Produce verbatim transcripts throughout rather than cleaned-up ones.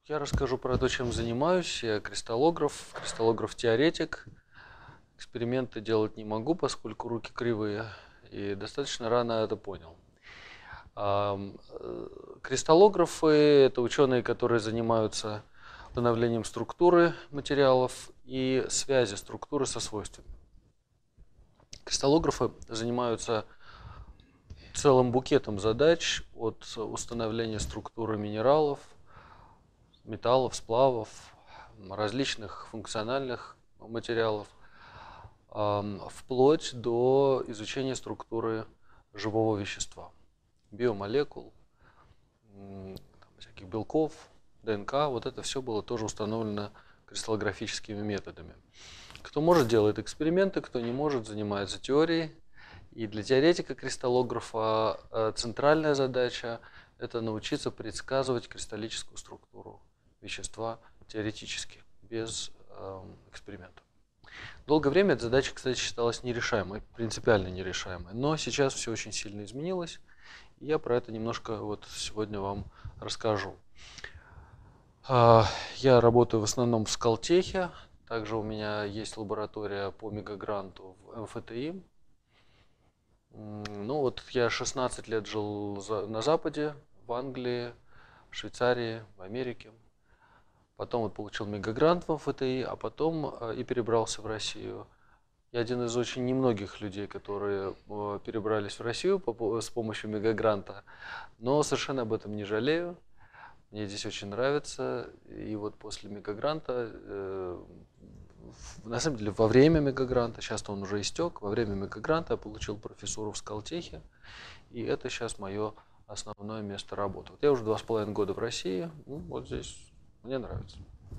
Я расскажу про то, чем занимаюсь. Я кристаллограф, кристаллограф-теоретик. Эксперименты делать не могу, поскольку руки кривые, и достаточно рано это понял. Кристаллографы – это ученые, которые занимаются установлением структуры материалов и связи структуры со свойствами. Кристаллографы занимаются целым букетом задач от установления структуры минералов, металлов, сплавов, различных функциональных материалов, вплоть до изучения структуры живого вещества, биомолекул, всяких белков, ДНК. Вот это все было тоже установлено кристаллографическими методами. Кто может, делает эксперименты, кто не может, занимается теорией. И для теоретика кристаллографа центральная задача – это научиться предсказывать кристаллическую структуру вещества теоретически, без э, экспериментов. Долгое время эта задача, кстати, считалась нерешаемой, принципиально нерешаемой. Но сейчас все очень сильно изменилось, и я про это немножко вот сегодня вам расскажу. Я работаю в основном в Скалтехе, также у меня есть лаборатория по мегагранту в эм эф тэ и. Ну вот я шестнадцать лет жил на Западе, в Англии, в Швейцарии, в Америке. Потом вот получил мегагрант в эм эф тэ и, а потом и перебрался в Россию. Я один из очень немногих людей, которые перебрались в Россию с помощью мегагранта, но совершенно об этом не жалею. Мне здесь очень нравится. И вот после мегагранта, на самом деле во время мегагранта, сейчас он уже истек, во время мегагранта я получил профессуру в Скалтехе, и это сейчас мое основное место работы. Вот я уже два с половиной года в России, ну, вот здесь мне нравится.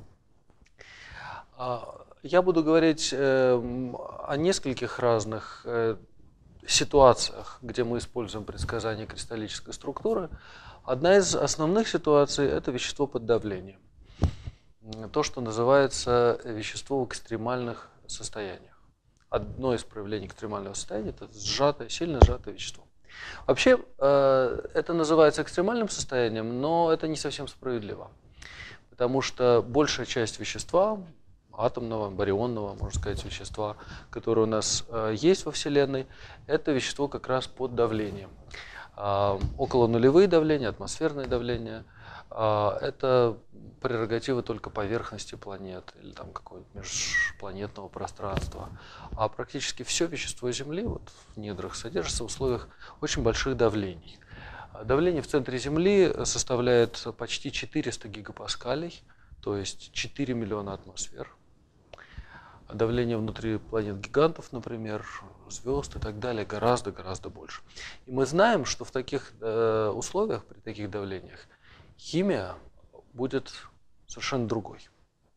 Я буду говорить о нескольких разных ситуациях, где мы используем предсказание кристаллической структуры. Одна из основных ситуаций – это вещество под давлением. То, что называется вещество в экстремальных состояниях. Одно из проявлений экстремального состояния – это сжатое, сильно сжатое вещество. Вообще, это называется экстремальным состоянием, но это не совсем справедливо. Потому что большая часть вещества, атомного, барионного, можно сказать, вещества, которое у нас есть во Вселенной, это вещество как раз под давлением. Около нулевые давления, атмосферное давление – это прерогатива только поверхности планет или там какого-то межпланетного пространства. А практически все вещество Земли вот, в недрах содержится в условиях очень больших давлений. Давление в центре Земли составляет почти четыреста гигапаскалей, то есть четыре миллиона атмосфер. Давление внутри планет-гигантов, например, звезд и так далее, гораздо-гораздо больше. И мы знаем, что в таких э, условиях, при таких давлениях, химия будет совершенно другой.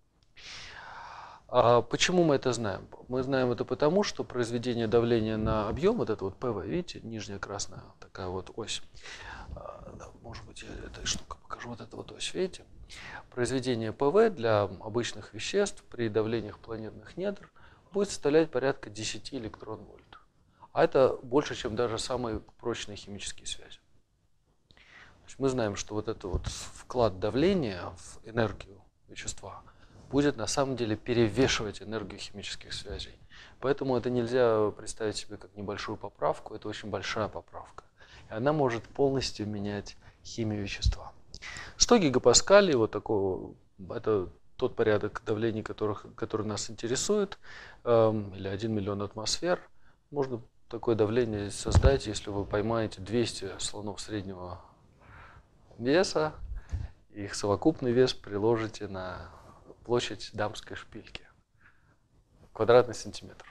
А почему мы это знаем? Мы знаем это потому, что произведение давления на объем, вот это вот ПВ, видите, нижняя красная такая вот ось, может быть, я этой штукой покажу, вот эту вот ось, видите? Произведение ПВ для обычных веществ при давлениях планетных недр будет составлять порядка десять электрон-вольт. А это больше, чем даже самые прочные химические связи. То есть мы знаем, что вот этот вот вклад давления в энергию вещества будет на самом деле перевешивать энергию химических связей. Поэтому это нельзя представить себе как небольшую поправку, это очень большая поправка. И она может полностью менять химию вещества. сто гигапаскалей, вот такого, это тот порядок давлений, которых, который нас интересует, эм, или один миллион атмосфер. Можно такое давление создать, если вы поймаете двести слонов среднего веса, их совокупный вес приложите на площадь дамской шпильки, квадратный сантиметр.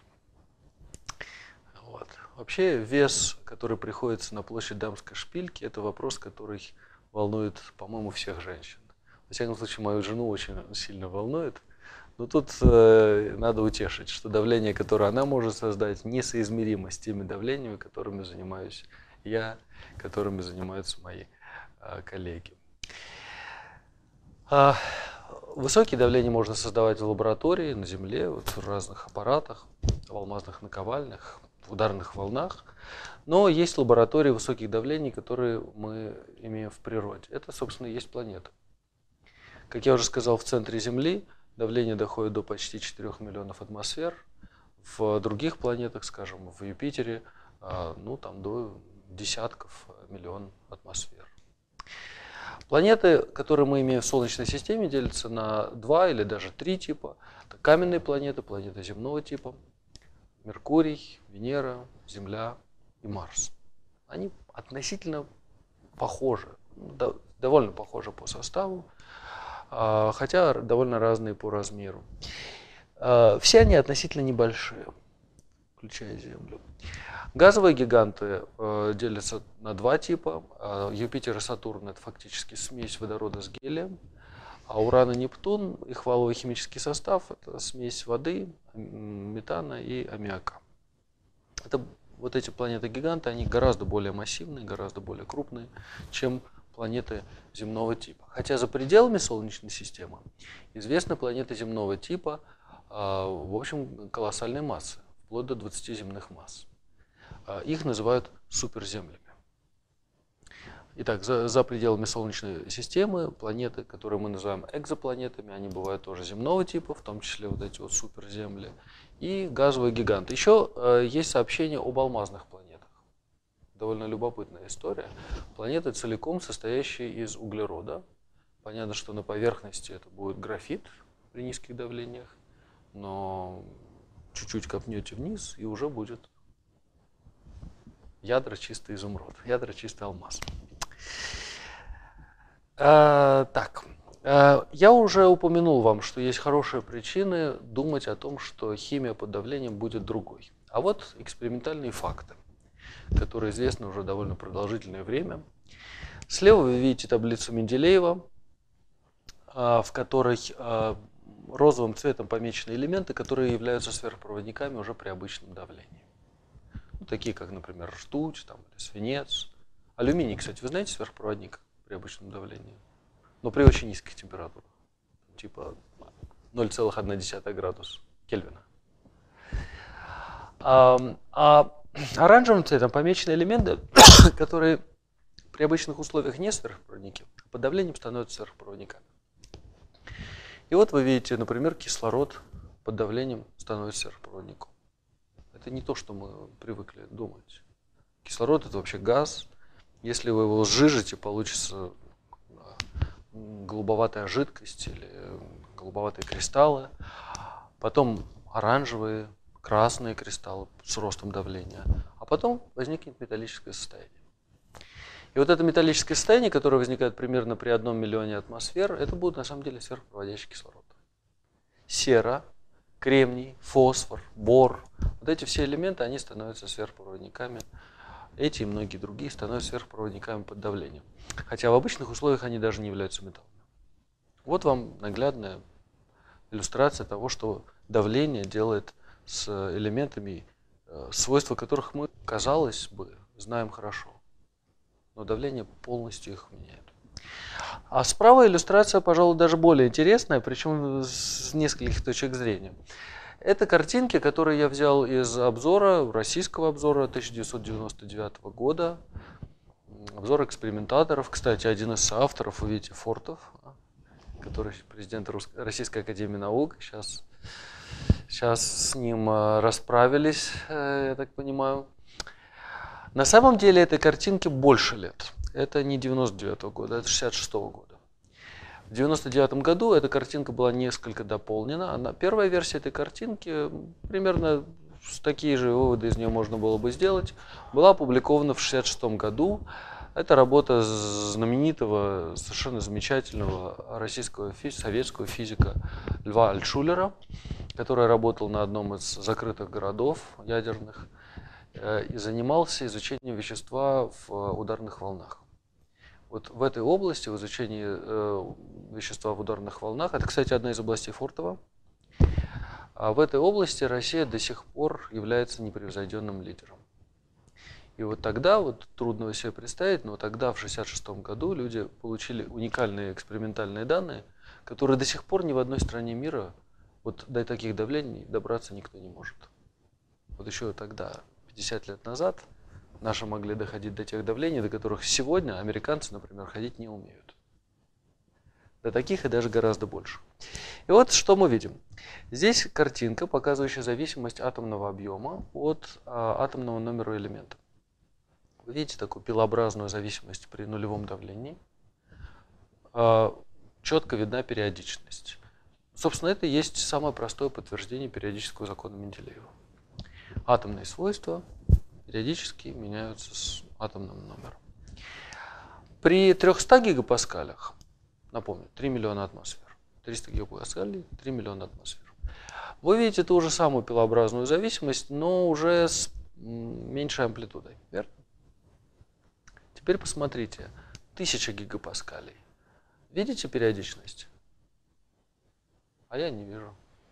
Вот. Вообще вес, который приходится на площадь дамской шпильки, это вопрос, который волнует, по-моему, всех женщин. Во всяком случае, мою жену очень сильно волнует. Но тут э, надо утешить, что давление, которое она может создать, несоизмеримо с теми давлениями, которыми занимаюсь я, которыми занимаются мои э, коллеги. А, высокие давления можно создавать в лаборатории, на Земле, вот в разных аппаратах, в алмазных наковальнях, в ударных волнах. Но есть лаборатории высоких давлений, которые мы имеем в природе. Это, собственно, и есть планеты. Как я уже сказал, в центре Земли давление доходит до почти четырёх миллионов атмосфер. В других планетах, скажем, в Юпитере, ну, там до десятков миллионов атмосфер. Планеты, которые мы имеем в Солнечной системе, делятся на два или даже три типа. Это каменные планеты, планеты земного типа, Меркурий, Венера, Земля и Марс. Они относительно похожи, довольно похожи по составу, хотя довольно разные по размеру. Все они относительно небольшие, включая Землю. Газовые гиганты э, делятся на два типа. Юпитер и Сатурн – это фактически смесь водорода с гелием, а Уран и Нептун, их валовый химический состав – это смесь воды, метана и аммиака. Это, вот эти планеты-гиганты, они гораздо более массивные, гораздо более крупные, чем планеты земного типа. Хотя за пределами Солнечной системы известны планеты земного типа, э, в общем, колоссальной массы, вплоть до двадцати земных масс. Их называют суперземлями. Итак, за, за пределами Солнечной системы планеты, которые мы называем экзопланетами, они бывают тоже земного типа, в том числе вот эти вот суперземли, и газовые гиганты. Еще э, есть сообщение об алмазных планетах. Довольно любопытная история. Планеты, целиком состоящие из углерода. Понятно, что на поверхности это будет графит при низких давлениях, но чуть-чуть копнете вниз, и уже будет ядра чистый изумруд, ядра чистый алмаз. А, так, а, я уже упомянул вам, что есть хорошие причины думать о том, что химия под давлением будет другой. А вот экспериментальные факты, которые известны уже довольно продолжительное время. Слева вы видите таблицу Менделеева, а, в которой а, розовым цветом помечены элементы, которые являются сверхпроводниками уже при обычном давлении. Такие, как, например, ртуть, там, или свинец. Алюминий, кстати, вы знаете, сверхпроводник при обычном давлении, но при очень низких температурах, типа ноль целых одна десятая градуса Кельвина. А, а оранжевым цветом помечены элементы, которые при обычных условиях не сверхпроводники, а под давлением становятся сверхпроводниками. И вот вы видите, например, кислород под давлением становится сверхпроводником. Это не то, что мы привыкли думать. Кислород – это вообще газ. Если вы его сжижете, получится голубоватая жидкость или голубоватые кристаллы. Потом оранжевые, красные кристаллы с ростом давления. А потом возникнет металлическое состояние. И вот это металлическое состояние, которое возникает примерно при одном миллионе атмосфер, это будет на самом деле сверхпроводящий кислород. Сера, кремний, фосфор, бор. Вот эти все элементы, они становятся сверхпроводниками. Эти и многие другие становятся сверхпроводниками под давлением. Хотя в обычных условиях они даже не являются металлами. Вот вам наглядная иллюстрация того, что давление делает с элементами, свойства которых мы, казалось бы, знаем хорошо. Но давление полностью их меняет. А справа иллюстрация, пожалуй, даже более интересная, причем с нескольких точек зрения. Это картинки, которые я взял из обзора, российского обзора тысяча девятьсот девяносто девятого года. Обзор экспериментаторов. Кстати, один из соавторов, вы видите, Фортов, который президент Российской академии наук. Сейчас, сейчас с ним расправились, я так понимаю. На самом деле этой картинке больше лет. Это не девяносто девятого года, это шестьдесят шестого года. В девяносто девятом году эта картинка была несколько дополнена. Она, первая версия этой картинки, примерно такие же выводы из нее можно было бы сделать, была опубликована в шестьдесят шестом году. Это работа знаменитого, совершенно замечательного российского советского физика Льва Альтшулера, который работал на одном из закрытых городов ядерных и занимался изучением вещества в ударных волнах. Вот в этой области, в изучении э, вещества в ударных волнах, это, кстати, одна из областей Фортова, а в этой области Россия до сих пор является непревзойденным лидером. И вот тогда, вот трудно себе представить, но тогда, в шестьдесят шестом году, люди получили уникальные экспериментальные данные, которые до сих пор ни в одной стране мира, вот до таких давлений добраться никто не может. Вот еще тогда, пятьдесят лет назад, наши могли доходить до тех давлений, до которых сегодня американцы, например, ходить не умеют. До таких и даже гораздо больше. И вот что мы видим. Здесь картинка, показывающая зависимость атомного объема от а, атомного номера элемента. Вы видите такую пилообразную зависимость при нулевом давлении. А, четко видна периодичность. Собственно, это и есть самое простое подтверждение периодического закона Менделеева. Атомные свойства периодически меняются с атомным номером. При трёхстах гигапаскалях, напомню, три миллиона атмосфер, триста гигапаскалей, три миллиона атмосфер. Вы видите ту же самую пилообразную зависимость, но уже с меньшей амплитудой, верно? Теперь посмотрите, тысяча гигапаскалей. Видите периодичность? А я не вижу.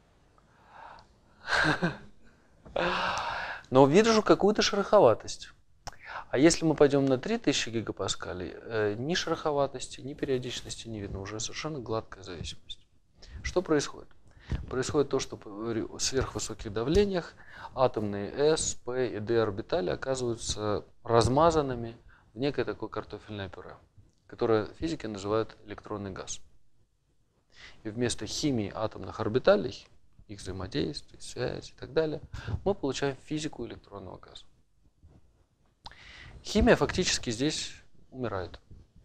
Но вижу какую-то шероховатость. А если мы пойдем на три тысячи гигапаскалей, э, ни шероховатости, ни периодичности не видно, уже совершенно гладкая зависимость. Что происходит? Происходит то, что в сверхвысоких давлениях атомные S, P и D орбитали оказываются размазанными в некое такое картофельное пюре, которое физики называют электронный газ. И вместо химии атомных орбиталей, их взаимодействий, связи и так далее, мы получаем физику электронного газа. Химия фактически здесь умирает.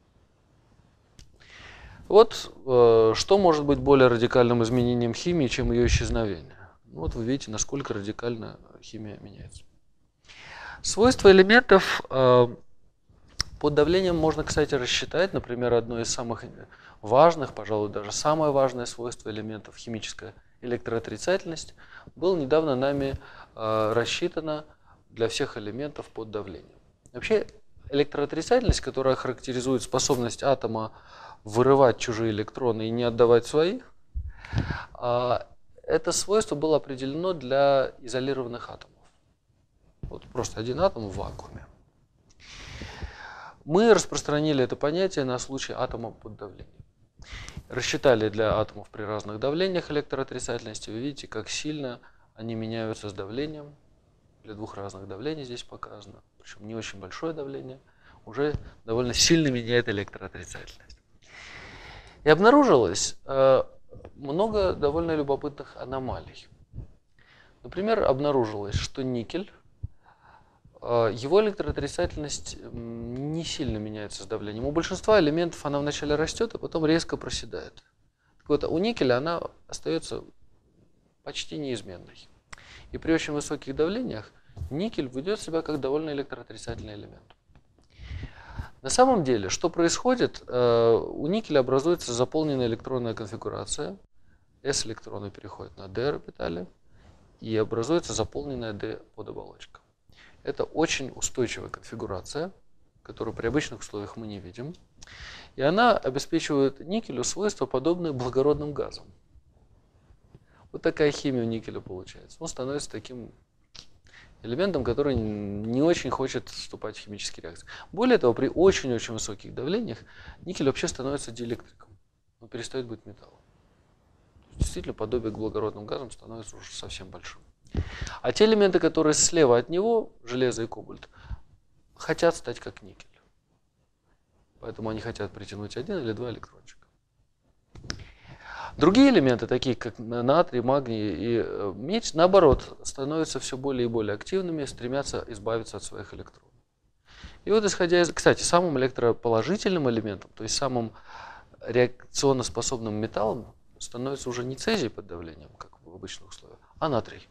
Вот э, что может быть более радикальным изменением химии, чем ее исчезновение. Вот вы видите, насколько радикально химия меняется. Свойства элементов э, под давлением можно, кстати, рассчитать. Например, одно из самых важных, пожалуй, даже самое важное свойство элементов, химическая электроотрицательность, было недавно нами э, рассчитано для всех элементов под давлением. Вообще электроотрицательность, которая характеризует способность атома вырывать чужие электроны и не отдавать своих, это свойство было определено для изолированных атомов. Вот просто один атом в вакууме. Мы распространили это понятие на случай атома под давлением. Рассчитали для атомов при разных давлениях электроотрицательности. Вы видите, как сильно они меняются с давлением. Для двух разных давлений здесь показано. Причем не очень большое давление уже довольно сильно меняет электроотрицательность. И обнаружилось э, много довольно любопытных аномалий. Например, обнаружилось, что никель, э, его электроотрицательность не сильно меняется с давлением. У большинства элементов она вначале растет, а потом резко проседает. Так вот, у никеля она остается почти неизменной. И при очень высоких давлениях никель ведет себя как довольно электроотрицательный элемент. На самом деле, что происходит? У никеля образуется заполненная электронная конфигурация. S-электроны переходят на D-орбитали. И образуется заполненная D-подоболочка. Это очень устойчивая конфигурация, которую при обычных условиях мы не видим. И она обеспечивает никелю свойства, подобные благородным газам. Вот такая химия у никеля получается. Он становится таким элементом, который не очень хочет вступать в химические реакции. Более того, при очень-очень высоких давлениях никель вообще становится диэлектриком. Он перестает быть металлом. Действительно, подобие к благородным газам становится уже совсем большим. А те элементы, которые слева от него, железо и кобальт, хотят стать как никель. Поэтому они хотят притянуть один или два электрончика. Другие элементы, такие как натрий, магний и медь, наоборот, становятся все более и более активными, стремятся избавиться от своих электронов. И вот исходя из... Кстати, самым электроположительным элементом, то есть самым реакционноспособным металлом становится уже не цезий под давлением, как в обычных условиях, а натрий.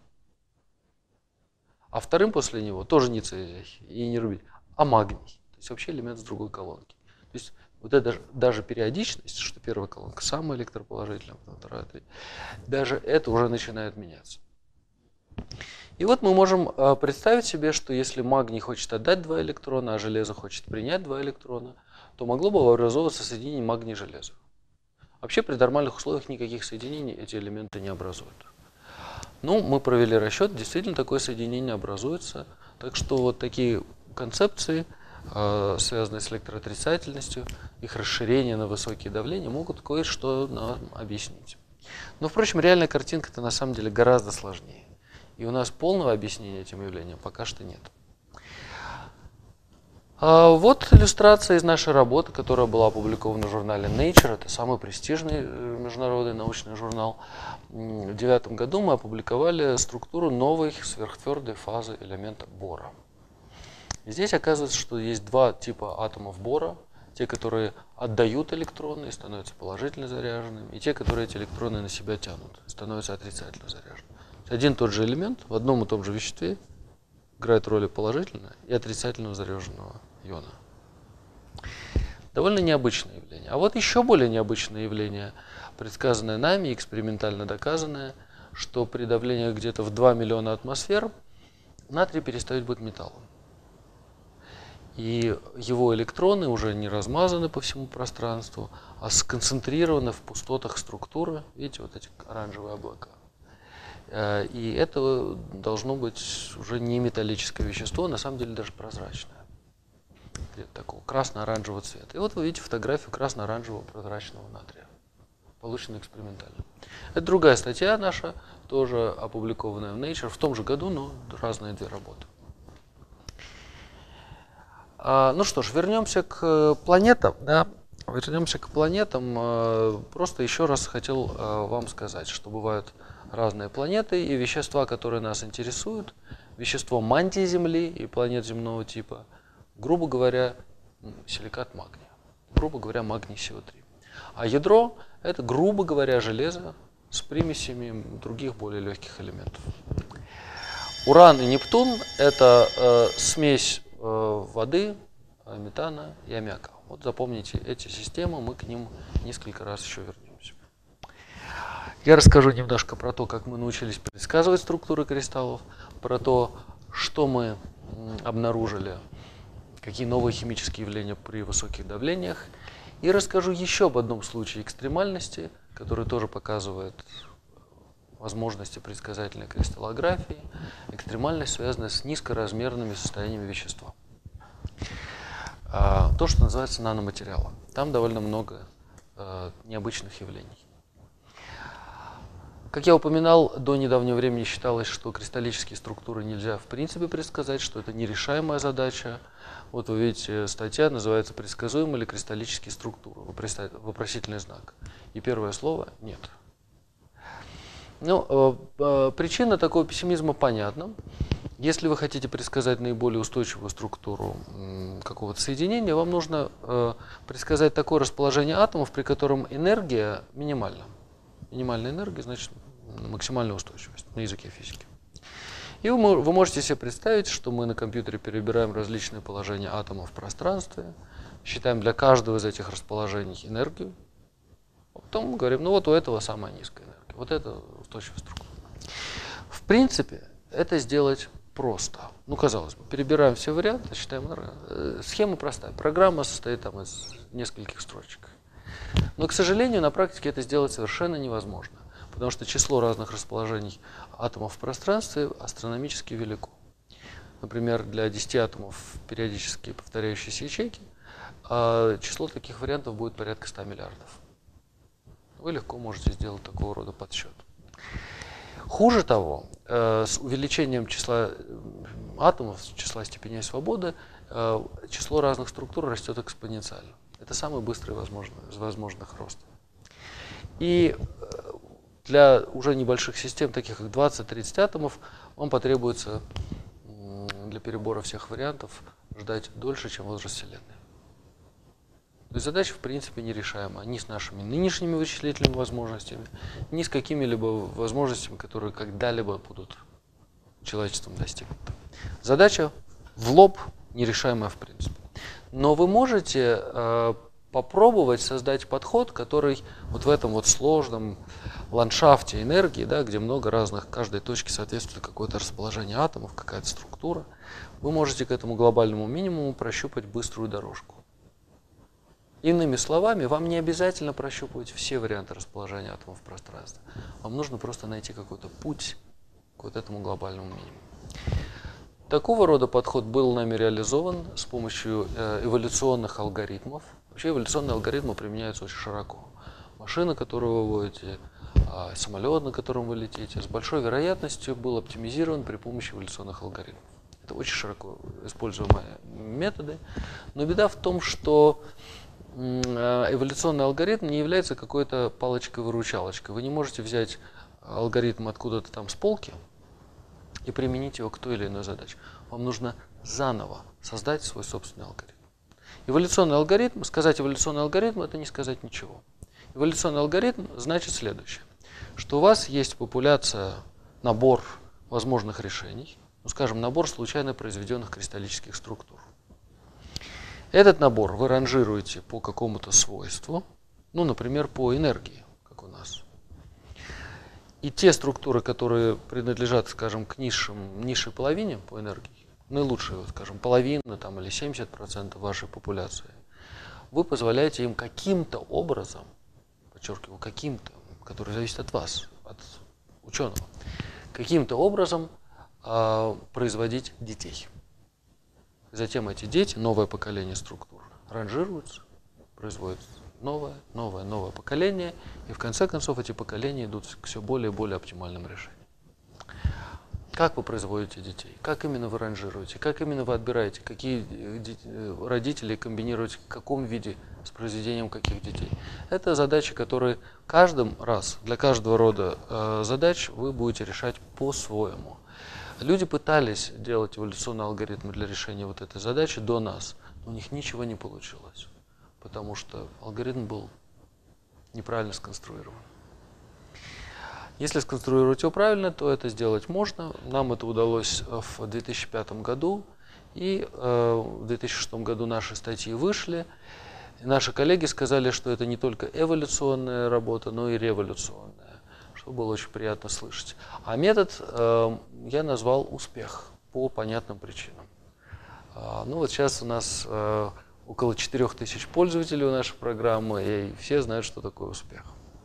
А вторым после него тоже не цезий и не рубидий, а магний. То есть вообще элемент с другой колонки. То есть вот это даже, даже периодичность, что первая колонка самая электроположительная, вторая, третья, даже это уже начинает меняться. И вот мы можем представить себе, что если магний хочет отдать два электрона, а железо хочет принять два электрона, то могло бы образовываться соединение магний-железа. Вообще при нормальных условиях никаких соединений эти элементы не образуют. Ну, мы провели расчет, действительно такое соединение образуется. Так что вот такие концепции, связанные с электроотрицательностью, их расширение на высокие давления, могут кое-что нам объяснить. Но, впрочем, реальная картинка-то на самом деле гораздо сложнее. И у нас полного объяснения этим явлениям пока что нет. А вот иллюстрация из нашей работы, которая была опубликована в журнале Nature. Это самый престижный международный научный журнал. В две тысячи девятом году мы опубликовали структуру новой сверхтвердой фазы элемента бора. И здесь оказывается, что есть два типа атомов бора. Те, которые отдают электроны и становятся положительно заряженными, и те, которые эти электроны на себя тянут, становятся отрицательно заряженными. Один и тот же элемент в одном и том же веществе играет роли положительного и отрицательного заряженного иона. Довольно необычное явление. А вот еще более необычное явление, предсказанное нами и экспериментально доказанное, что при давлении где-то в два миллиона атмосфер натрий перестает быть металлом. И его электроны уже не размазаны по всему пространству, а сконцентрированы в пустотах структуры. Видите, вот эти оранжевые облака. И это должно быть уже не металлическое вещество, на самом деле даже прозрачное. Такого красно-оранжевого цвета. И вот вы видите фотографию красно-оранжевого прозрачного натрия, полученную экспериментально. Это другая статья наша, тоже опубликованная в Nature в том же году, но разные две работы. Ну что ж, вернемся к планетам. Да? Вернемся к планетам. Просто еще раз хотел вам сказать, что бывают разные планеты и вещества, которые нас интересуют. Вещество мантии Земли и планет земного типа, грубо говоря, силикат магния. Грубо говоря, магний Си О три. А ядро – это, грубо говоря, железо с примесями других более легких элементов. Уран и Нептун – это э, смесь воды, метана и аммиака. Вот запомните эти системы, мы к ним несколько раз еще вернемся. Я расскажу немножко про то, как мы научились предсказывать структуры кристаллов, про то, что мы обнаружили, какие новые химические явления при высоких давлениях, и расскажу еще об одном случае экстремальности, который тоже показывает возможности предсказательной кристаллографии. Экстремальность связана с низкоразмерными состояниями вещества. То, что называется наноматериалом. Там довольно много необычных явлений. Как я упоминал, до недавнего времени считалось, что кристаллические структуры нельзя в принципе предсказать, что это нерешаемая задача. Вот вы видите, статья называется «Предсказуемы ли кристаллические структуры?» Вопросительный знак. И первое слово – нет. Ну, э, причина такого пессимизма понятна. Если вы хотите предсказать наиболее устойчивую структуру э, какого-то соединения, вам нужно э, предсказать такое расположение атомов, при котором энергия минимальна. Минимальная энергия значит максимальная устойчивость на языке физики. И вы, вы можете себе представить, что мы на компьютере перебираем различные положения атомов в пространстве, считаем для каждого из этих расположений энергию, а потом говорим, ну вот у этого самая низкая энергия. Вот это устойчивая структура. В принципе, это сделать просто. Ну, казалось бы, перебираем все варианты, считаем. Схема простая. Программа состоит там из нескольких строчек. Но, к сожалению, на практике это сделать совершенно невозможно, потому что число разных расположений атомов в пространстве астрономически велико. Например, для десяти атомов периодически повторяющейся ячейки число таких вариантов будет порядка ста миллиардов. Вы легко можете сделать такого рода подсчет. Хуже того, с увеличением числа атомов, числа степеней свободы, число разных структур растет экспоненциально. Это самый быстрый возможный, из возможных рост. И для уже небольших систем, таких как двадцать-тридцать атомов, вам потребуется для перебора всех вариантов ждать дольше, чем возраст Вселенной. То есть задача, в принципе, нерешаема ни с нашими нынешними вычислительными возможностями, ни с какими-либо возможностями, которые когда-либо будут человечеством достигнуты. Задача в лоб нерешаемая в принципе. Но вы можете э, попробовать создать подход, который вот в этом вот сложном ландшафте энергии, да, где много разных, каждой точке соответствует какое-то расположение атомов, какая-то структура, вы можете к этому глобальному минимуму прощупать быструю дорожку. Иными словами, вам не обязательно прощупывать все варианты расположения атомов в пространстве. Вам нужно просто найти какой-то путь к вот этому глобальному минимуму. Такого рода подход был нами реализован с помощью эволюционных алгоритмов. Вообще эволюционные алгоритмы применяются очень широко. Машина, которую вы водите, самолет, на котором вы летите, с большой вероятностью был оптимизирован при помощи эволюционных алгоритмов. Это очень широко используемые методы. Но беда в том, что эволюционный алгоритм не является какой-то палочкой-выручалочкой. Вы не можете взять алгоритм откуда-то там с полки и применить его к той или иной задаче. Вам нужно заново создать свой собственный алгоритм. Эволюционный алгоритм, сказать эволюционный алгоритм, это не сказать ничего. Эволюционный алгоритм значит следующее, что у вас есть популяция, набор возможных решений, ну, скажем, набор случайно произведенных кристаллических структур. Этот набор вы ранжируете по какому-то свойству, ну, например, по энергии, как у нас. И те структуры, которые принадлежат, скажем, к низшим, низшей половине по энергии, наилучшие, скажем, половина там, или семьдесят процентов вашей популяции, вы позволяете им каким-то образом, подчеркиваю, каким-то, который зависит от вас, от ученого, каким-то образом э, производить детей. Затем эти дети, новое поколение структур, ранжируются, производят новое, новое, новое поколение, и в конце концов эти поколения идут к все более и более оптимальным решениям. Как вы производите детей? Как именно вы ранжируете? Как именно вы отбираете? Какие родители комбинируете в каком виде с произведением каких детей? Это задачи, которые каждым раз, для каждого рода э, задач вы будете решать по-своему. Люди пытались делать эволюционные алгоритмы для решения вот этой задачи до нас, но у них ничего не получилось, потому что алгоритм был неправильно сконструирован. Если сконструировать его правильно, то это сделать можно. Нам это удалось в две тысячи пятом году, и э, в две тысячи шестом году наши статьи вышли. И наши коллеги сказали, что это не только эволюционная работа, но и революционная, что было очень приятно слышать. А метод э, я назвал «Успех» по понятным причинам. А, ну вот сейчас у нас э, около четырёх тысяч пользователей у нашей программы, и все знают, что такое успех.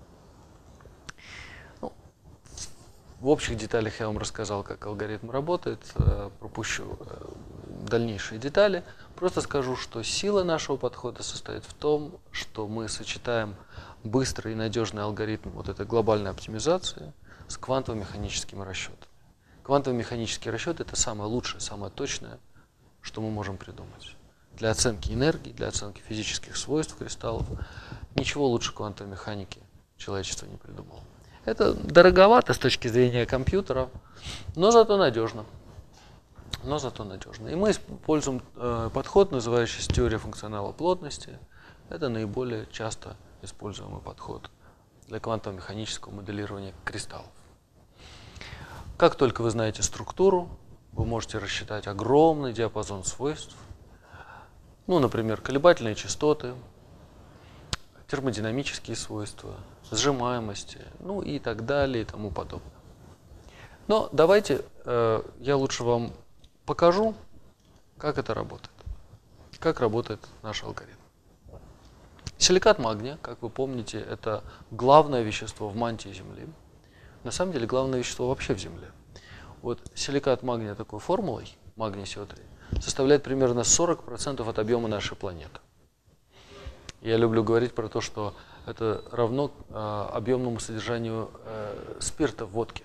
В общих деталях я вам рассказал, как алгоритм работает, пропущу дальнейшие детали. Просто скажу, что сила нашего подхода состоит в том, что мы сочетаем быстрый и надежный алгоритм вот этой глобальной оптимизации с квантово-механическими расчетами. Квантово-механический расчет – это самое лучшее, самое точное, что мы можем придумать. Для оценки энергии, для оценки физических свойств кристаллов ничего лучше квантовой механики человечество не придумало. Это дороговато с точки зрения компьютера, но зато надежно. Но зато надежно. И мы используем э, подход, называющийся теория функционала плотности. Это наиболее часто используемый подход для квантово-механического моделирования кристаллов. Как только вы знаете структуру, вы можете рассчитать огромный диапазон свойств. Ну, например, колебательные частоты, термодинамические свойства, сжимаемости, ну и так далее и тому подобное. Но давайте э, я лучше вам покажу, как это работает, как работает наш алгоритм. Силикат магния, как вы помните, это главное вещество в мантии Земли. На самом деле главное вещество вообще в Земле. Вот силикат магния такой формулой, магний Си О три, составляет примерно сорок процентов от объема нашей планеты. Я люблю говорить про то, что это равно э, объемному содержанию э, спирта в водке.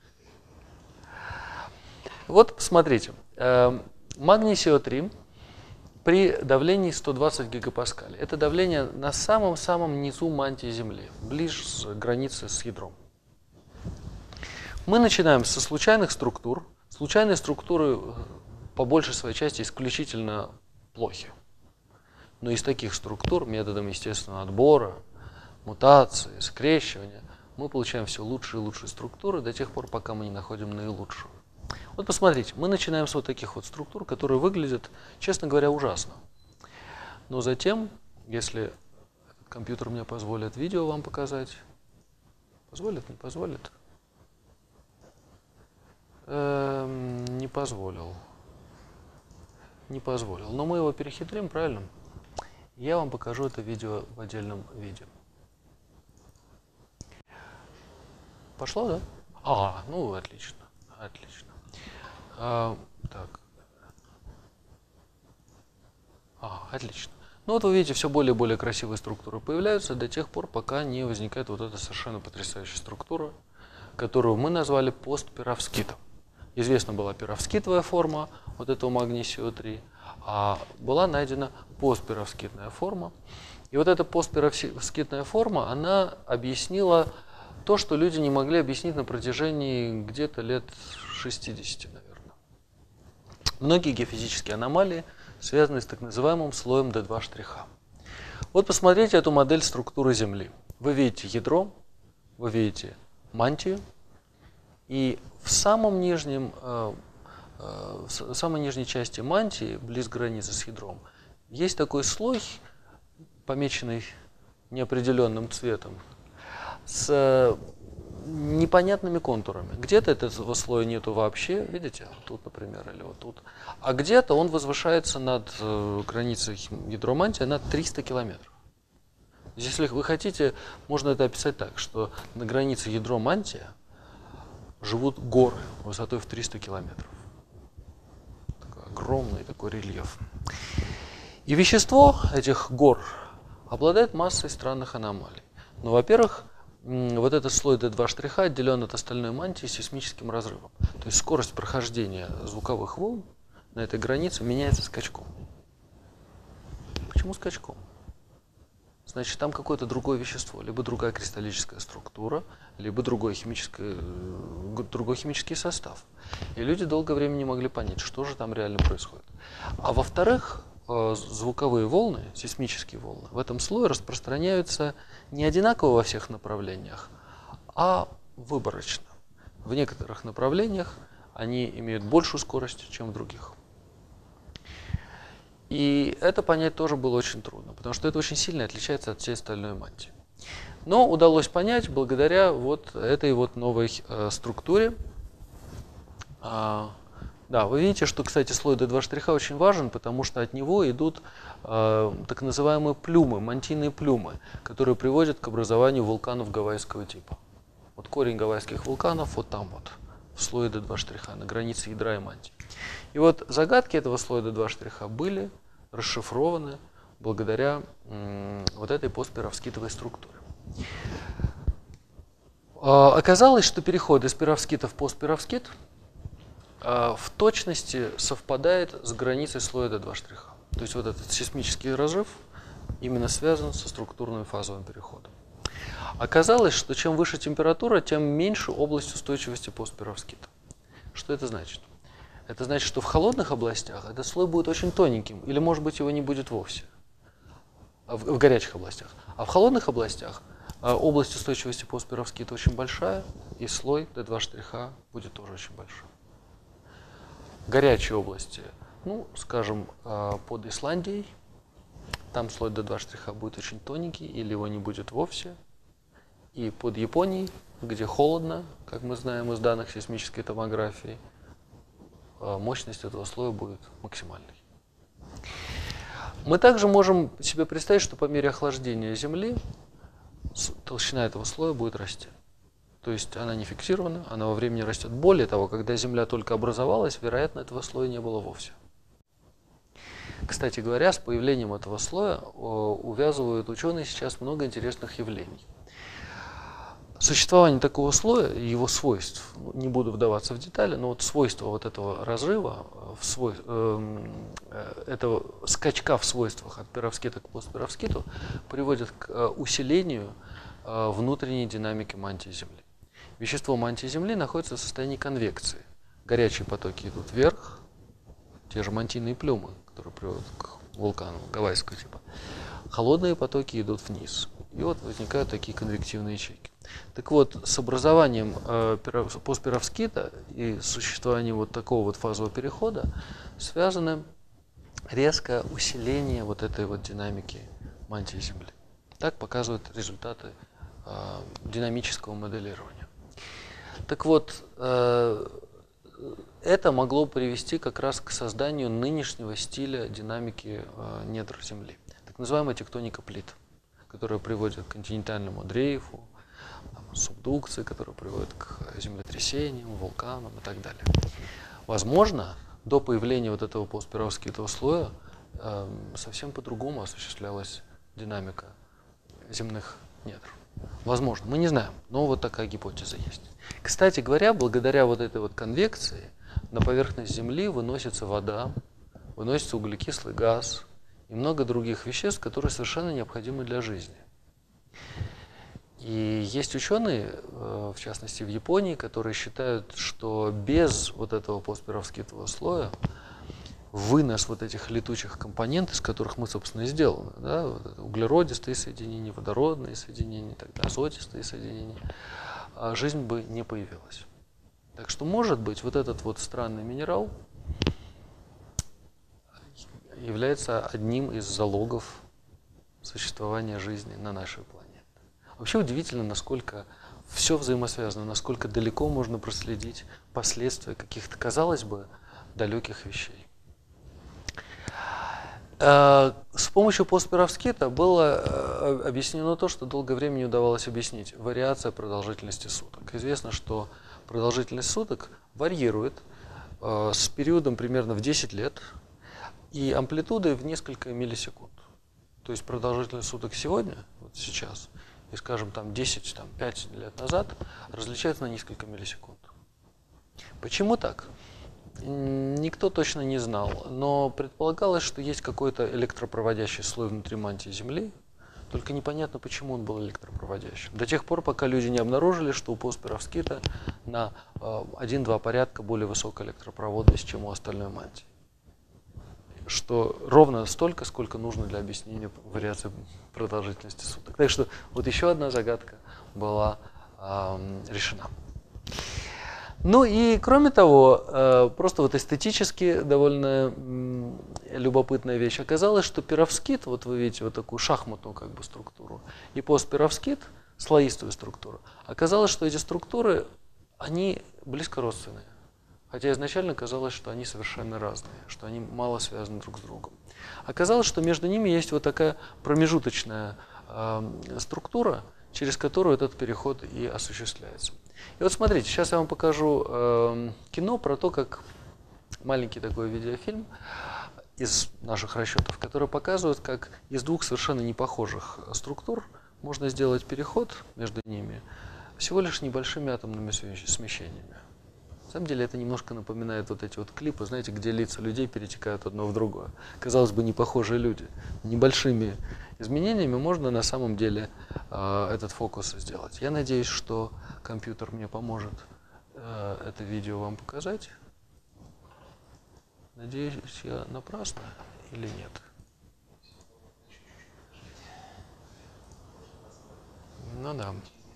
Вот смотрите, э, магний Си О три при давлении сто двадцать гигапаскалей. Это давление на самом-самом низу мантии Земли, ближе с границы с ядром. Мы начинаем со случайных структур. Случайные структуры по большей своей части исключительно плохи. Но из таких структур методом естественного отбора, мутации, скрещивания мы получаем все лучшие и лучшие структуры до тех пор, пока мы не находим наилучшую. Вот посмотрите, мы начинаем с вот таких вот структур, которые выглядят, честно говоря, ужасно. Но затем, если компьютер мне позволит видео вам показать, позволит, не позволит? Эм, не позволил. Не позволил. Но мы его перехитрим, правильно? Я вам покажу это видео в отдельном видео. Пошло, да? А, ну отлично, отлично. А, так. А, отлично. Ну вот вы видите, все более и более красивые структуры появляются до тех пор, пока не возникает вот эта совершенно потрясающая структура, которую мы назвали постперовскитом. Известна была перовскитовая форма вот этого магнисия О три, а была найдена постперовскитная форма. И вот эта постперовскитная форма, она объяснила то, что люди не могли объяснить на протяжении где-то лет шестидесяти, наверное. Многие геофизические аномалии связаны с так называемым слоем дэ два штриха. Вот посмотрите эту модель структуры Земли. Вы видите ядро, вы видите мантию, и в самом нижнем, э, э, в самой нижней части мантии, близ границы с ядром, есть такой слой, помеченный неопределенным цветом, с непонятными контурами. Где-то этого слоя нету вообще, видите, тут, например, или вот тут. А где-то он возвышается над э, границей ядра мантии на триста километров. Если вы хотите, можно это описать так, что на границе ядра мантия живут горы высотой в триста километров. Такой огромный такой рельеф. И вещество этих гор обладает массой странных аномалий. Ну, во-первых, вот этот слой дэ два штриха отделен от остальной мантии сейсмическим разрывом. То есть скорость прохождения звуковых волн на этой границе меняется скачком. Почему скачком? Значит, там какое-то другое вещество, либо другая кристаллическая структура, либо другой, химический, другой химический состав. И люди долгое время не могли понять, что же там реально происходит. А во-вторых, звуковые волны, сейсмические волны, в этом слое распространяются не одинаково во всех направлениях, а выборочно. В некоторых направлениях они имеют большую скорость, чем в других. И это понять тоже было очень трудно, потому что это очень сильно отличается от всей остальной мантии. Но удалось понять благодаря вот этой вот новой э, структуре. А, да, вы видите, что, кстати, слой дэ два штриха очень важен, потому что от него идут э, так называемые плюмы, мантийные плюмы, которые приводят к образованию вулканов гавайского типа. Вот корень гавайских вулканов вот там вот, в слое дэ два штриха, на границе ядра и мантии. И вот загадки этого слоя дэ два штриха были расшифрованы благодаря м, вот этой постперовскитовой структуре. А, оказалось, что переход из перовскита в постперовскит а, в точности совпадает с границей слоя дэ два штриха. То есть вот этот сейсмический разрыв именно связан со структурным фазовым переходом. Оказалось, что чем выше температура, тем меньше область устойчивости постперовскита. Что это значит? Это значит, что в холодных областях этот слой будет очень тоненьким, или, может быть, его не будет вовсе, в, в горячих областях. А в холодных областях а, область устойчивости постперовскита очень большая, и слой дэ два штриха будет тоже очень большой. Горячие области, ну, скажем, а, под Исландией, там слой дэ два штриха будет очень тоненький, или его не будет вовсе. И под Японией, где холодно, как мы знаем из данных сейсмической томографии, мощность этого слоя будет максимальной. Мы также можем себе представить, что по мере охлаждения Земли толщина этого слоя будет расти. То есть она не фиксирована, она во времени растет. Более того, когда Земля только образовалась, вероятно, этого слоя не было вовсе. Кстати говоря, с появлением этого слоя увязывают ученые сейчас много интересных явлений. Существование такого слоя и его свойств, не буду вдаваться в детали, но вот свойства вот этого разрыва, в свой, э, этого скачка в свойствах от перовскита к постперовскиту приводят к усилению э, внутренней динамики мантии Земли. Вещество мантии Земли находится в состоянии конвекции. Горячие потоки идут вверх, те же мантийные плюмы, которые приводят к вулкану гавайского типа. Холодные потоки идут вниз. И вот возникают такие конвективные ячейки. Так вот, с образованием э, постперовскита и существованием вот такого вот фазового перехода связано резкое усиление вот этой вот динамики мантии Земли. Так показывают результаты э, динамического моделирования. Так вот, э, это могло привести как раз к созданию нынешнего стиля динамики э, недр Земли, так называемая тектоника плит, которая приводит к континентальному дрейфу, субдукции, которые приводят к землетрясениям, вулканам и так далее. Возможно, до появления вот этого постперовскитового слоя э, совсем по-другому осуществлялась динамика земных недр. Возможно, мы не знаем, но вот такая гипотеза есть. Кстати говоря, благодаря вот этой вот конвекции на поверхность Земли выносится вода, выносится углекислый газ и много других веществ, которые совершенно необходимы для жизни. И есть ученые, в частности в Японии, которые считают, что без вот этого постперовскитового слоя вынос вот этих летучих компонентов, из которых мы, собственно, и сделаны, да, вот это углеродистые соединения, водородные соединения, тогда азотистые соединения, жизнь бы не появилась. Так что, может быть, вот этот вот странный минерал является одним из залогов существования жизни на нашей планете. Вообще удивительно, насколько все взаимосвязано, насколько далеко можно проследить последствия каких-то, казалось бы, далеких вещей. С помощью постперовскита было объяснено то, что долгое время не удавалось объяснить. Вариация продолжительности суток. Известно, что продолжительность суток варьирует с периодом примерно в десять лет и амплитудой в несколько миллисекунд. То есть продолжительность суток сегодня, вот сейчас, и, скажем, там десять, там, пять лет назад, различается на несколько миллисекунд. Почему так? Никто точно не знал, но предполагалось, что есть какой-то электропроводящий слой внутри мантии Земли, только непонятно, почему он был электропроводящим. До тех пор, пока люди не обнаружили, что у постперовскита на один-два порядка более высокая электропроводность, чем у остальной мантии. Что ровно столько, сколько нужно для объяснения вариации продолжительности суток. Так что вот еще одна загадка была э, решена. Ну и кроме того, э, просто вот эстетически довольно э, любопытная вещь. Оказалось, что перовскит, вот вы видите вот такую шахматную как бы структуру, и постперовскит, слоистую структуру. Оказалось, что эти структуры, они близко родственные. Хотя изначально казалось, что они совершенно разные, что они мало связаны друг с другом. Оказалось, что между ними есть вот такая промежуточная э, структура, через которую этот переход и осуществляется. И вот смотрите, сейчас я вам покажу э, кино про то, как маленький такой видеофильм из наших расчетов, который показывает, как из двух совершенно непохожих структур можно сделать переход между ними всего лишь небольшими атомными смещениями. На самом деле это немножко напоминает вот эти вот клипы, знаете, где лица людей перетекают одно в другое. Казалось бы, непохожие люди. Небольшими изменениями можно на самом деле э, этот фокус сделать. Я надеюсь, что компьютер мне поможет э, это видео вам показать. Надеюсь, я напрасно или нет? Ну да.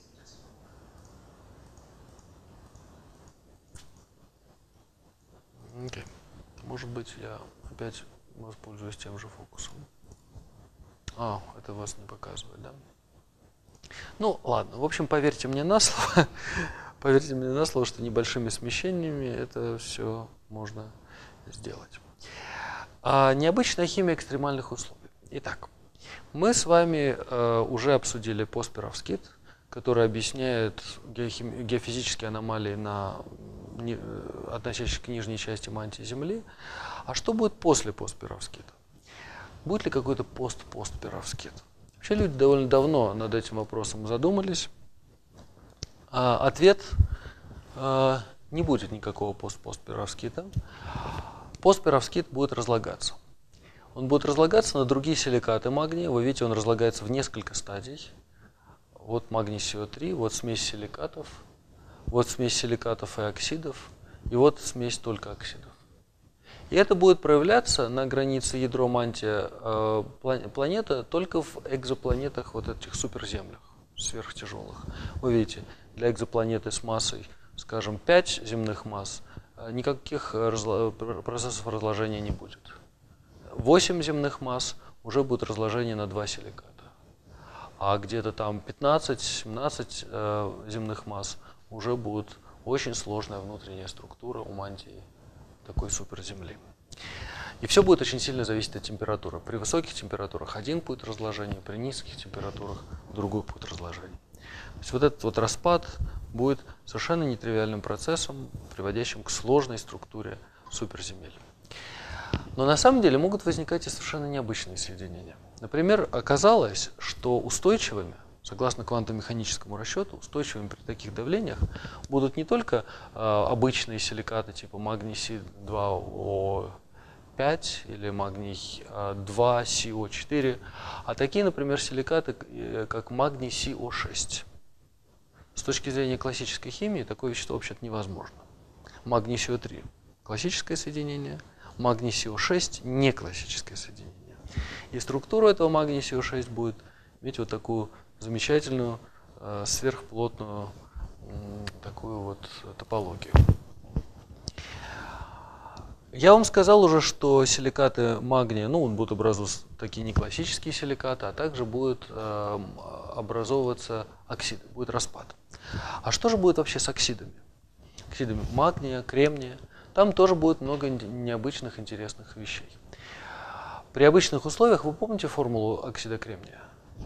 Окей. Может быть, я опять воспользуюсь тем же фокусом. А, это вас не показывает, да? Ну, ладно. В общем, поверьте мне на слово. Поверьте мне на слово, что небольшими смещениями это все можно сделать. А необычная химия экстремальных условий. Итак, мы с вами э, уже обсудили постперовскит, который объясняет геохими- геофизические аномалии на относящиеся к нижней части мантии Земли. А что будет после постперовскита? Будет ли какой-то пост-постперовскит? Вообще люди довольно давно над этим вопросом задумались. А ответ а, не будет никакого пост-постперовскита. Постперовскит будет разлагаться. Он будет разлагаться на другие силикаты магния. Вы видите, он разлагается в несколько стадий. Вот магний Си О три, вот смесь силикатов. Вот смесь силикатов и оксидов, и вот смесь только оксидов. И это будет проявляться на границе ядро-мантия э, планеты только в экзопланетах, вот этих суперземлях, сверхтяжелых. Вы видите, для экзопланеты с массой, скажем, пять земных масс, никаких разло- процессов разложения не будет. восемь земных масс уже будет разложение на два силиката. А где-то там пятнадцать-семнадцать э, земных масс уже будет очень сложная внутренняя структура у мантии такой суперземли. И все будет очень сильно зависеть от температуры. При высоких температурах один будет разложение, при низких температурах другой будет разложение. То есть вот этот вот распад будет совершенно нетривиальным процессом, приводящим к сложной структуре суперземель. Но на самом деле могут возникать и совершенно необычные соединения. Например, оказалось, что устойчивыми, Согласно квантово-механическому расчету, устойчивыми при таких давлениях будут не только э, обычные силикаты типа магний Си два О пять или магний два Си О четыре, а такие, например, силикаты, как магний Си О шесть. С точки зрения классической химии такое вещество вообще-то невозможно. Магний Си О три – классическое соединение, магний Си О шесть – не классическое соединение. И структура этого магния Си О шесть будет иметь вот такую замечательную э, сверхплотную э, такую вот топологию. Я вам сказал уже, что силикаты магния, ну, будут образовываться такие не классические силикаты, а также будут э, образовываться оксиды, будет распад. А что же будет вообще с оксидами? Оксидами магния, кремния. Там тоже будет много необычных, интересных вещей. При обычных условиях, вы помните формулу оксида кремния?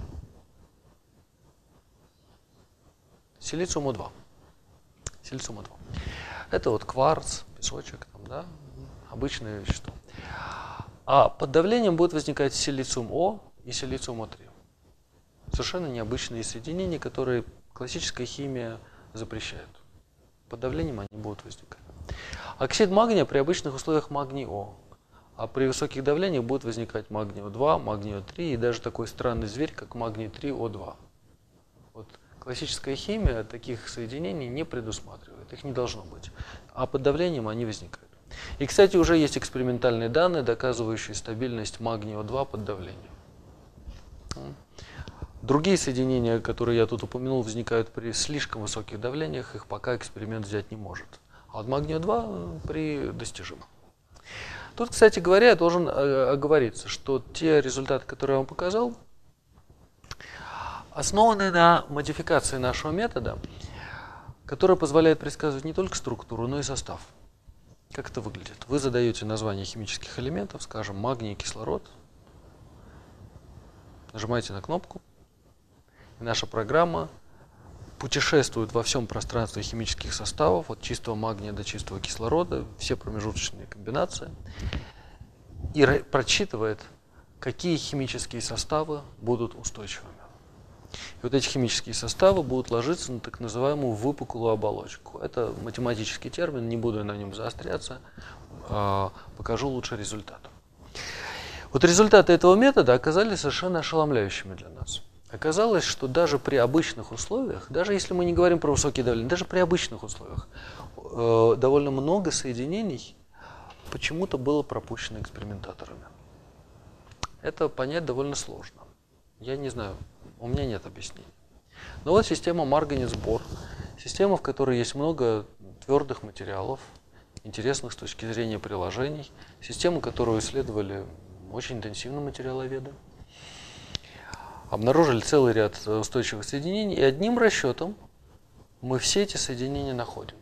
Силициум О два. Силициум О два. Это вот кварц, песочек, там, да, обычное вещество. А под давлением будет возникать силициум О и силициум О три. Совершенно необычные соединения, которые классическая химия запрещает. Под давлением они будут возникать. Оксид магния при обычных условиях магний О. А при высоких давлениях будет возникать магний О два, магний О три и даже такой странный зверь, как магний три О два. Вот. Классическая химия таких соединений не предусматривает, их не должно быть, а под давлением они возникают. И, кстати, уже есть экспериментальные данные, доказывающие стабильность магния О два под давлением. Другие соединения, которые я тут упомянул, возникают при слишком высоких давлениях, их пока эксперимент взять не может. А вот магний О два при достижимом. Тут, кстати говоря, я должен оговориться, что те результаты, которые я вам показал, основаны на модификации нашего метода, который позволяет предсказывать не только структуру, но и состав. Как это выглядит? Вы задаете название химических элементов, скажем, магний и кислород, нажимаете на кнопку, и наша программа путешествует во всем пространстве химических составов, от чистого магния до чистого кислорода, все промежуточные комбинации, и прочитывает, какие химические составы будут устойчивыми. И вот эти химические составы будут ложиться на так называемую выпуклую оболочку. Это математический термин, не буду на нем заостряться, покажу лучше результат. Вот результаты этого метода оказались совершенно ошеломляющими для нас. Оказалось, что даже при обычных условиях, даже если мы не говорим про высокие давления, даже при обычных условиях, довольно много соединений почему-то было пропущено экспериментаторами. Это понять довольно сложно. Я не знаю, у меня нет объяснений. Но вот система марганец-бор, система, в которой есть много твердых материалов, интересных с точки зрения приложений, система, которую исследовали очень интенсивно материаловеды. Обнаружили целый ряд устойчивых соединений, и одним расчетом мы все эти соединения находим,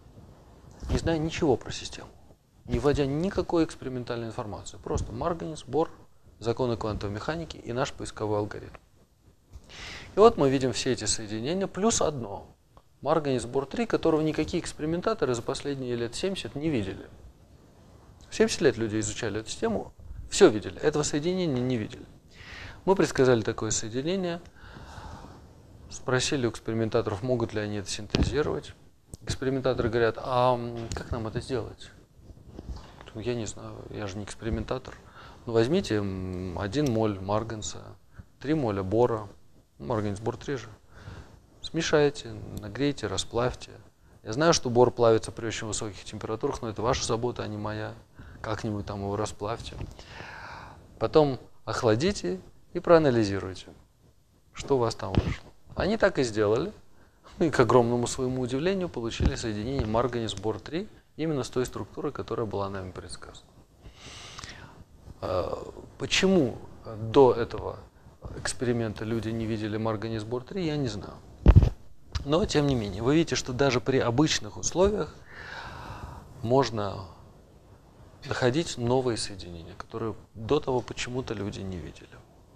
не зная ничего про систему, не вводя никакой экспериментальной информации. Просто марганец, бор, законы квантовой механики и наш поисковой алгоритм. И вот мы видим все эти соединения, плюс одно. Марганец бор три, которого никакие экспериментаторы за последние лет семьдесят не видели. семьдесят лет люди изучали эту систему, все видели, этого соединения не видели. Мы предсказали такое соединение, спросили у экспериментаторов, могут ли они это синтезировать. Экспериментаторы говорят, а как нам это сделать? Я не знаю, я же не экспериментатор. Ну, возьмите один моль марганца, три моля бора, марганец бор три же, смешайте, нагрейте, расплавьте. Я знаю, что бор плавится при очень высоких температурах, но это ваша забота, а не моя. Как-нибудь там его расплавьте. Потом охладите и проанализируйте, что у вас там вышло. Они так и сделали, и к огромному своему удивлению получили соединение марганец бор три именно с той структурой, которая была нами предсказана. Почему до этого эксперимента люди не видели марганец бор три, я не знаю. Но, тем не менее, вы видите, что даже при обычных условиях можно находить новые соединения, которые до того почему-то люди не видели.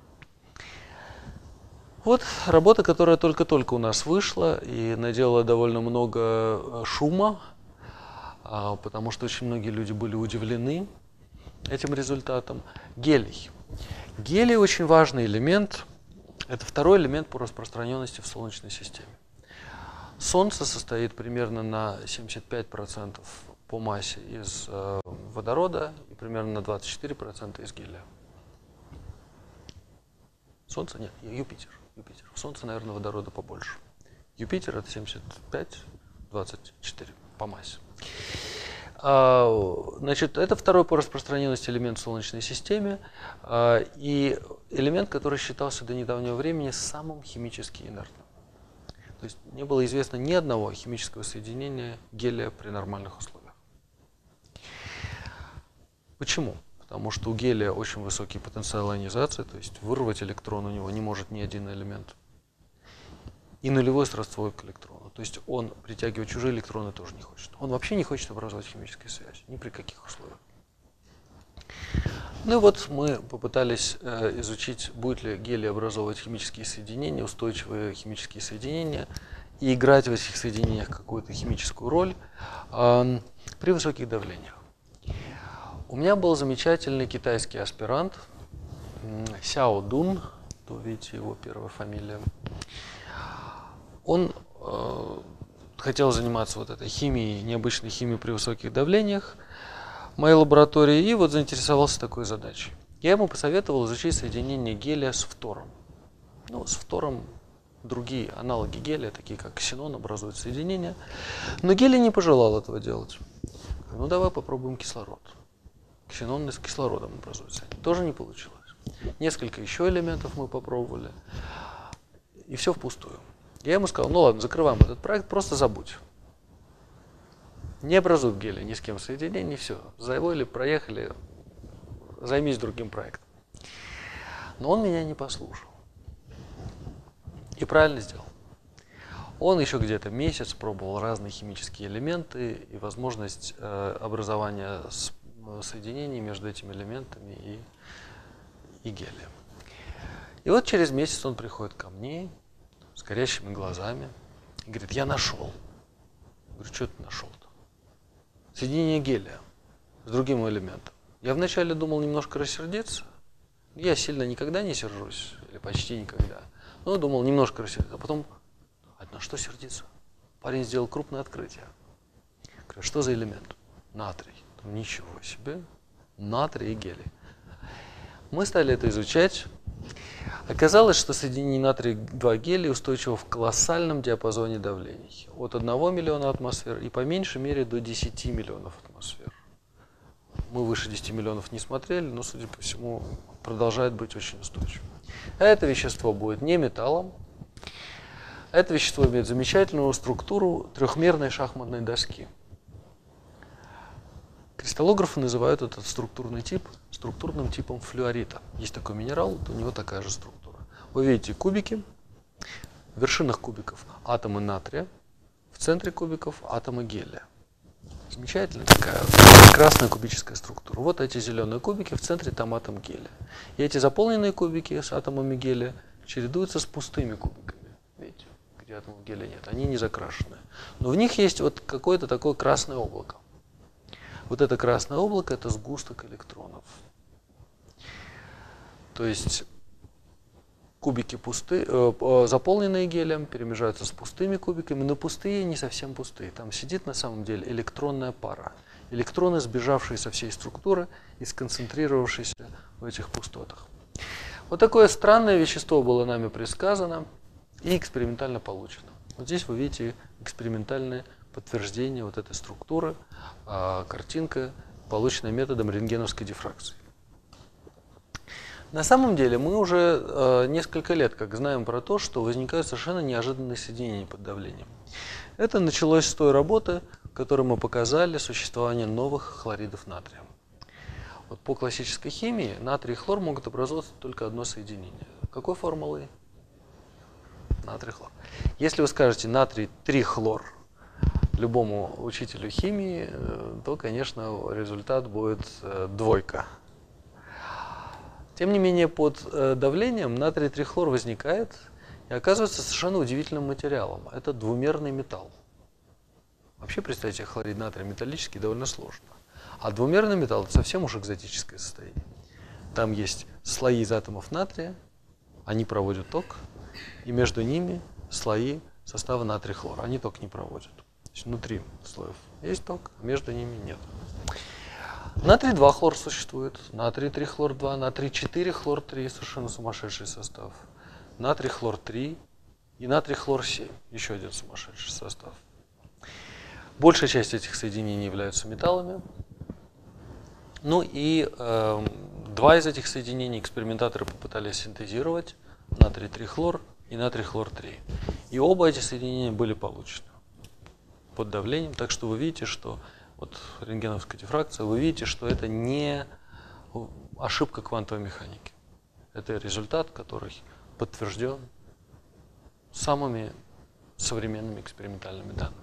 Вот работа, которая только-только у нас вышла и наделала довольно много шума, потому что очень многие люди были удивлены этим результатом. Гелий. Гелий очень важный элемент Это второй элемент по распространенности в Солнечной системе. Солнце состоит примерно на семьдесят пять процентов по массе из э, водорода и примерно на двадцать четыре процента из гелия. Солнце? Нет, Юпитер. Юпитер. Солнце, наверное, водорода побольше. Юпитер это семьдесят пять, двадцать четыре по массе. Значит, это второй по распространенности элемент в Солнечной системе и элемент, который считался до недавнего времени самым химически инертным. То есть не было известно ни одного химического соединения гелия при нормальных условиях. Почему? Потому что у гелия очень высокий потенциал ионизации, то есть вырвать электрон у него не может ни один элемент. И нулевое сродство к электрону. То есть он притягивать чужие электроны тоже не хочет. Он вообще не хочет образовать химические связи, ни при каких условиях. Ну и вот мы попытались э, изучить, будет ли гелий образовывать химические соединения, устойчивые химические соединения, и играть в этих соединениях какую-то химическую роль э, при высоких давлениях. У меня был замечательный китайский аспирант Сяо Дун, вы видите его первая фамилия. Он э, хотел заниматься вот этой химией, необычной химией при высоких давлениях в моей лаборатории и вот заинтересовался такой задачей. Я ему посоветовал изучить соединение гелия с фтором. Ну, с фтором другие аналоги гелия, такие как ксенон, образуют соединения. Но гелий не пожелал этого делать. Ну, давай попробуем кислород. Ксенон с кислородом образуется. Тоже не получилось. Несколько еще элементов мы попробовали. И все впустую. Я ему сказал, ну ладно, закрываем этот проект, просто забудь. Не образуй гелия ни с кем соединений, все. Завоили, проехали, займись другим проектом. Но он меня не послушал. И правильно сделал. Он еще где-то месяц пробовал разные химические элементы и возможность э, образования соединений между этими элементами и, и гелием. И вот через месяц он приходит ко мне с горящими глазами и говорит, я нашел. Я говорю, что ты нашел-то? Соединение гелия с другим элементом. Я вначале думал немножко рассердиться. Я сильно никогда не сержусь, или почти никогда. Но думал немножко рассердиться. А потом, а на что сердиться? Парень сделал крупное открытие. Я говорю, что за элемент? Натрий. Ничего себе. Натрий и гелий. Мы стали это изучать. Оказалось, что соединение натрия два гелия устойчиво в колоссальном диапазоне давлений. От одного миллиона атмосфер и по меньшей мере до десяти миллионов атмосфер. Мы выше десяти миллионов не смотрели, но, судя по всему, продолжает быть очень устойчивым. Это вещество будет не металлом. Это вещество имеет замечательную структуру трехмерной шахматной доски. Кристаллографы называют этот структурный тип структурным типом флюорита. Есть такой минерал, у него такая же структура. Вы видите кубики, в вершинах кубиков атомы натрия, в центре кубиков атомы гелия. Замечательная такая красная кубическая структура. Вот эти зеленые кубики, в центре там атом гелия. И эти заполненные кубики с атомами гелия чередуются с пустыми кубиками. Видите, где атомов гелия нет, они не закрашены. Но в них есть вот какое-то такое красное облако. Вот это красное облако – это сгусток электронов. То есть кубики пустые, э, заполненные гелием перемежаются с пустыми кубиками, но пустые не совсем пустые. Там сидит на самом деле электронная пара. Электроны, сбежавшие со всей структуры и сконцентрировавшиеся в этих пустотах. Вот такое странное вещество было нами предсказано и экспериментально получено. Вот здесь вы видите экспериментальное подтверждение вот этой структуры, а, картинка, полученная методом рентгеновской дифракции. На самом деле мы уже э, несколько лет как знаем про то, что возникают совершенно неожиданные соединения под давлением. Это началось с той работы, в которой мы показали существование новых хлоридов натрия. Вот по классической химии натрий и хлор могут образовать только одно соединение. Какой формулой? Натрий-хлор. Если вы скажете натрий три хлор любому учителю химии, то, конечно, результат будет двойка. Тем не менее, под давлением натрий три хлор возникает и оказывается совершенно удивительным материалом. Это двумерный металл. Вообще, представьте, хлорид натрия металлический довольно сложно. А двумерный металл – это совсем уж экзотическое состояние. Там есть слои из атомов натрия они проводят ток, и между ними слои состава натрий-хлор. Они ток не проводят. То есть внутри слоев есть ток, а между ними нет. натрий два хлор существует, натрий три хлор два, натрий четыре хлор три, совершенно сумасшедший состав. Натрий хлор три и натрий хлор семь, еще один сумасшедший состав. Большая часть этих соединений являются металлами. Ну и э, два из этих соединений экспериментаторы попытались синтезировать, натрий три хлор и натрий хлор три. И оба эти соединения были получены под давлением, так что вы видите, что вот рентгеновская дифракция, вы видите, что это не ошибка квантовой механики. Это результат, который подтвержден самыми современными экспериментальными данными.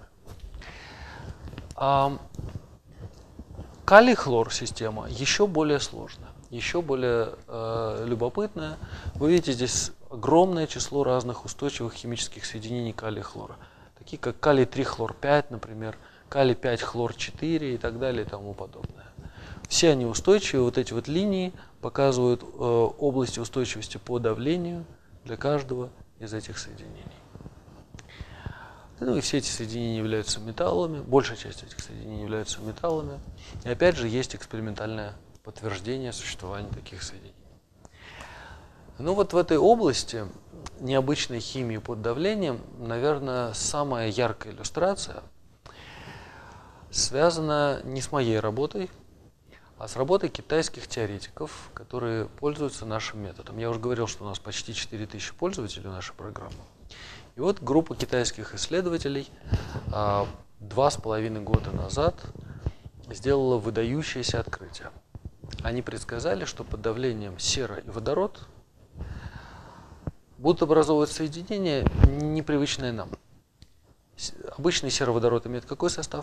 А калий-хлор система еще более сложная, еще более э, любопытная. Вы видите здесь огромное число разных устойчивых химических соединений калия-хлора, такие как калий три хлор пять, например, калий пять хлор четыре и так далее и тому подобное. Все они устойчивы. Вот эти вот линии показывают э, области устойчивости по давлению для каждого из этих соединений. Ну и все эти соединения являются металлами, большая часть этих соединений являются металлами. И опять же есть экспериментальное подтверждение существования таких соединений. Ну вот в этой области необычной химии под давлением, наверное, самая яркая иллюстрация связана не с моей работой, а с работой китайских теоретиков, которые пользуются нашим методом. Я уже говорил, что у нас почти четыре тысячи пользователей нашей программы. И вот группа китайских исследователей два с половиной года назад сделала выдающееся открытие. Они предсказали, что под давлением сера и водород будут образовывать соединения, непривычные нам. Обычный сероводород имеет какой состав?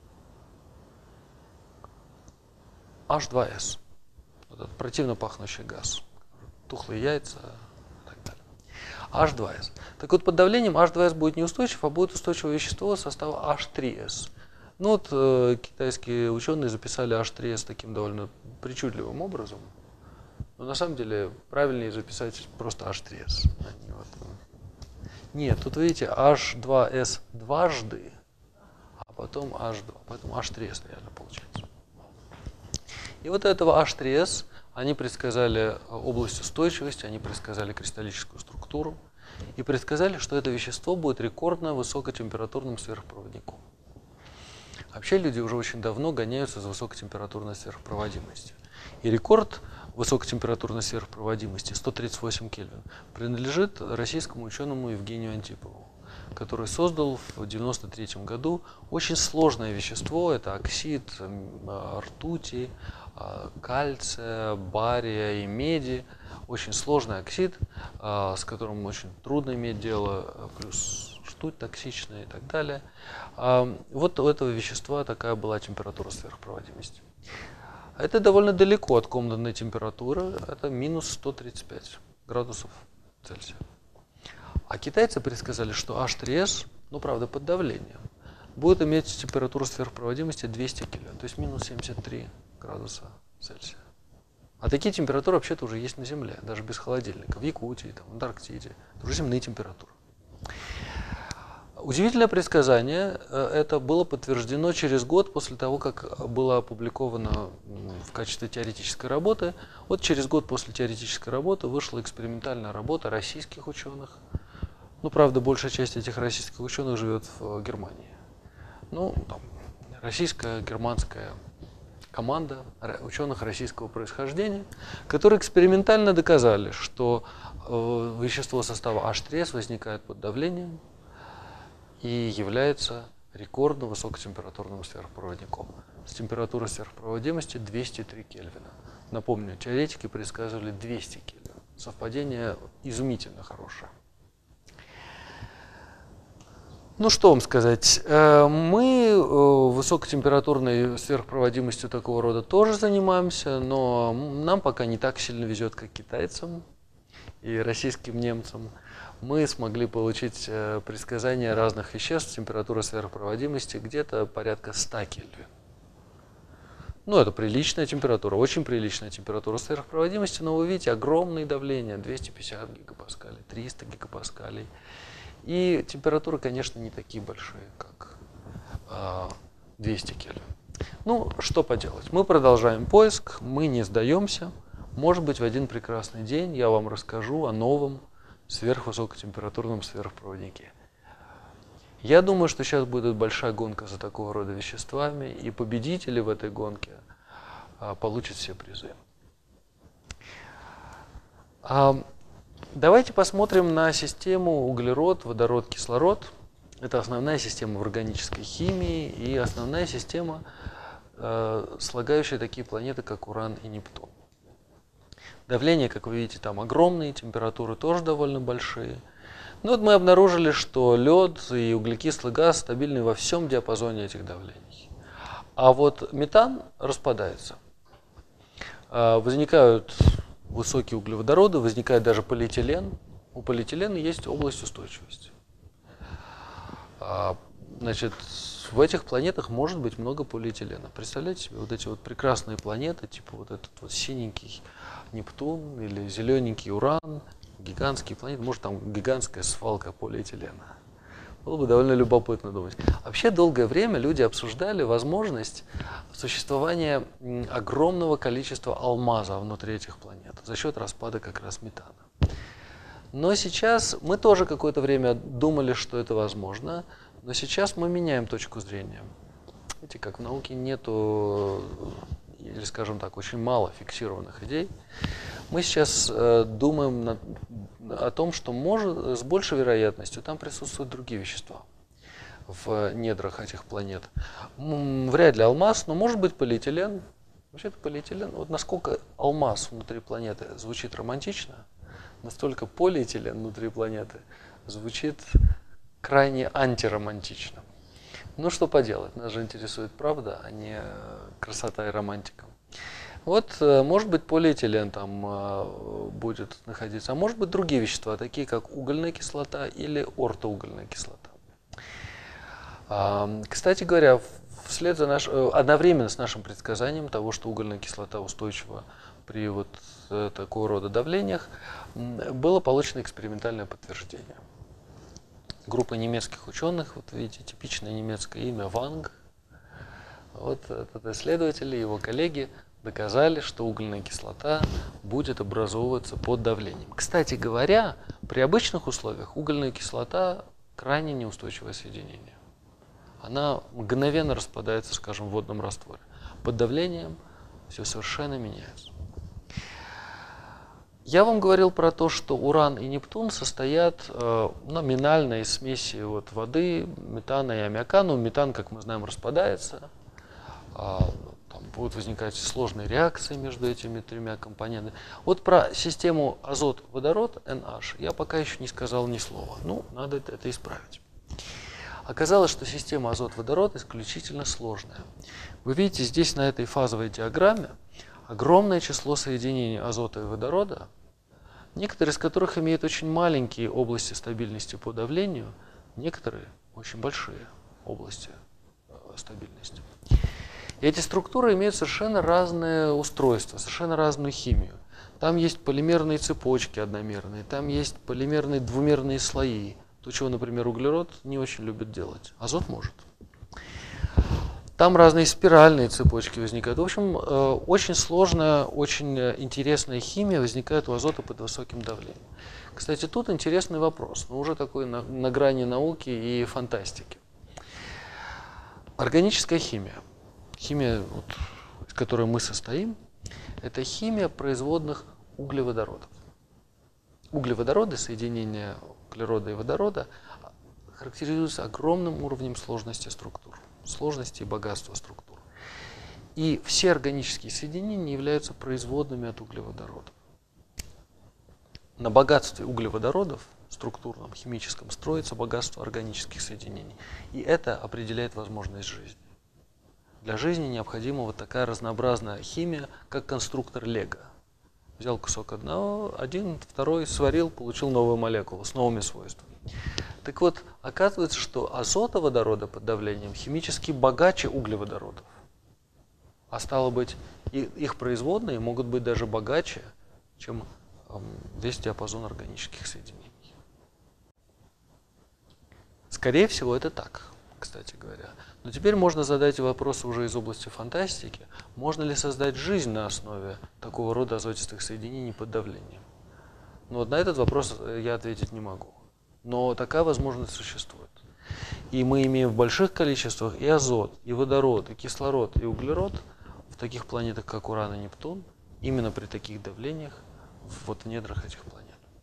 эйч два эс. Вот этот противно пахнущий газ. Тухлые яйца и так далее. эйч два эс. Так вот, под давлением эйч два эс будет неустойчив, а будет устойчивое вещество состава эйч три эс. Ну вот э, китайские ученые записали эйч три эс таким довольно причудливым образом. Но на самом деле правильнее записать просто эйч три эс. А не вот. Нет, тут видите эйч два эс дважды, а потом эйч два. Поэтому эйч три эс реально получается. И вот этого эйч три эс они предсказали область устойчивости, они предсказали кристаллическую структуру и предсказали, что это вещество будет рекордно высокотемпературным сверхпроводником. Вообще люди уже очень давно гоняются за высокотемпературной сверхпроводимостью. И рекорд высокотемпературной сверхпроводимости сто тридцать восемь Кельвин принадлежит российскому ученому Евгению Антипову, который создал в девяносто третьем году очень сложное вещество. Это оксид ртути, кальция, бария и меди. Очень сложный оксид, с которым очень трудно иметь дело, плюс ртуть токсичная и так далее. Вот у этого вещества такая была температура сверхпроводимости. Это довольно далеко от комнатной температуры, это минус сто тридцать пять градусов Цельсия. А китайцы предсказали, что эйч три эс, ну правда под давлением, будет иметь температуру сверхпроводимости двести Кельвин, то есть минус семьдесят три градуса Цельсия. А такие температуры вообще-то уже есть на Земле, даже без холодильника, в Якутии, там, в Антарктиде, это уже земные температуры. Удивительное предсказание, это было подтверждено через год после того, как было опубликовано в качестве теоретической работы. Вот через год после теоретической работы вышла экспериментальная работа российских ученых. Ну, правда, большая часть этих российских ученых живет в Германии. Ну, там, российская, германская команда ученых российского происхождения, которые экспериментально доказали, что вещество состава эйч три эс возникает под давлением и является рекордно высокотемпературным сверхпроводником с температурой сверхпроводимости двести три Кельвина. Напомню, теоретики предсказывали двести Кельвин. Совпадение изумительно хорошее. Ну что вам сказать, мы высокотемпературной сверхпроводимостью такого рода тоже занимаемся, но нам пока не так сильно везет, как китайцам и российским немцам. Мы смогли получить предсказания разных веществ с температурой сверхпроводимости где-то порядка ста Кельвин. Ну, это приличная температура, очень приличная температура сверхпроводимости, но вы видите огромные давления, двести пятьдесят гигапаскалей, триста гигапаскалей. И температуры, конечно, не такие большие, как двести кельвин. Ну, что поделать. Мы продолжаем поиск, мы не сдаемся. Может быть, в один прекрасный день я вам расскажу о новом сверхвысокотемпературном сверхпроводнике. Я думаю, что сейчас будет большая гонка за такого рода веществами, и победители в этой гонке а, получат все призы. А, давайте посмотрим на систему углерод, водород, кислород. Это основная система в органической химии и основная система, э, слагающая такие планеты, как Уран и Нептун. Давление, как вы видите, там огромные, температуры тоже довольно большие. Но вот мы обнаружили, что лед и углекислый газ стабильны во всем диапазоне этих давлений. А вот метан распадается. Возникают высокие углеводороды, возникает даже полиэтилен. У полиэтилена есть область устойчивости. Значит, в этих планетах может быть много полиэтилена. Представляете себе, вот эти вот прекрасные планеты, типа вот этот вот синенький Нептун или зелененький Уран, гигантские планеты, может там гигантская свалка полиэтилена. Было бы довольно любопытно думать. Вообще долгое время люди обсуждали возможность существования огромного количества алмаза внутри этих планет за счет распада как раз метана. Но сейчас мы тоже какое-то время думали, что это возможно, но сейчас мы меняем точку зрения. Видите, как в науке нету, или скажем так, очень мало фиксированных идей. Мы сейчас э, думаем на, о том, что может, с большей вероятностью там присутствуют другие вещества в недрах этих планет. Вряд ли алмаз, но может быть полиэтилен. Вообще-то полиэтилен, вот насколько алмаз внутри планеты звучит романтично, настолько полиэтилен внутри планеты звучит крайне антиромантично. Ну что поделать, нас же интересует правда, а не красота и романтика. Вот, может быть, полиэтилен там будет находиться, а может быть другие вещества, такие как угольная кислота или ортоугольная кислота. Кстати говоря, вслед за наш, одновременно с нашим предсказанием того, что угольная кислота устойчива при вот такого рода давлениях, было получено экспериментальное подтверждение. Группа немецких ученых, вот видите, типичное немецкое имя Ванг, вот этот исследователь и его коллеги доказали, что угольная кислота будет образовываться под давлением. Кстати говоря, при обычных условиях угольная кислота крайне неустойчивое соединение. Она мгновенно распадается, скажем, в водном растворе. Под давлением все совершенно меняется. Я вам говорил про то, что Уран и Нептун состоят э, номинально из смеси вот, воды, метана и аммиака. Но метан, как мы знаем, распадается. Э, там будут возникать сложные реакции между этими тремя компонентами. Вот про систему азот-водород эн аш я пока еще не сказал ни слова. Ну, надо это, это исправить. Оказалось, что система азот-водород исключительно сложная. Вы видите, здесь на этой фазовой диаграмме огромное число соединений азота и водорода, некоторые из которых имеют очень маленькие области стабильности по давлению, некоторые очень большие области стабильности. И эти структуры имеют совершенно разное устройство, совершенно разную химию. Там есть полимерные цепочки одномерные, там есть полимерные двумерные слои. То, чего, например, углерод не очень любит делать. Азот может. Там разные спиральные цепочки возникают. В общем, очень сложная, очень интересная химия возникает у азота под высоким давлением. Кстати, тут интересный вопрос, но уже такой на, на грани науки и фантастики. Органическая химия, химия, вот, из которой мы состоим, это химия производных углеводородов. Углеводороды, соединения углерода и водорода, характеризуются огромным уровнем сложности структур, сложности и богатства структур. И все органические соединения являются производными от углеводородов. На богатстве углеводородов, структурном, химическом, строится богатство органических соединений. И это определяет возможность жизни. Для жизни необходима вот такая разнообразная химия, как конструктор Лего. Взял кусок одного, один, второй, сварил, получил новую молекулу с новыми свойствами. Так вот, оказывается, что азота водорода под давлением химически богаче углеводородов. а стало быть, их производные могут быть даже богаче, чем весь диапазон органических соединений. Скорее всего, это так, кстати говоря. Но теперь можно задать вопрос уже из области фантастики. Можно ли создать жизнь на основе такого рода азотистых соединений под давлением? Но вот на этот вопрос я ответить не могу. Но такая возможность существует. И мы имеем в больших количествах и азот, и водород, и кислород, и углерод в таких планетах, как Уран и Нептун, именно при таких давлениях вот в недрах этих планет.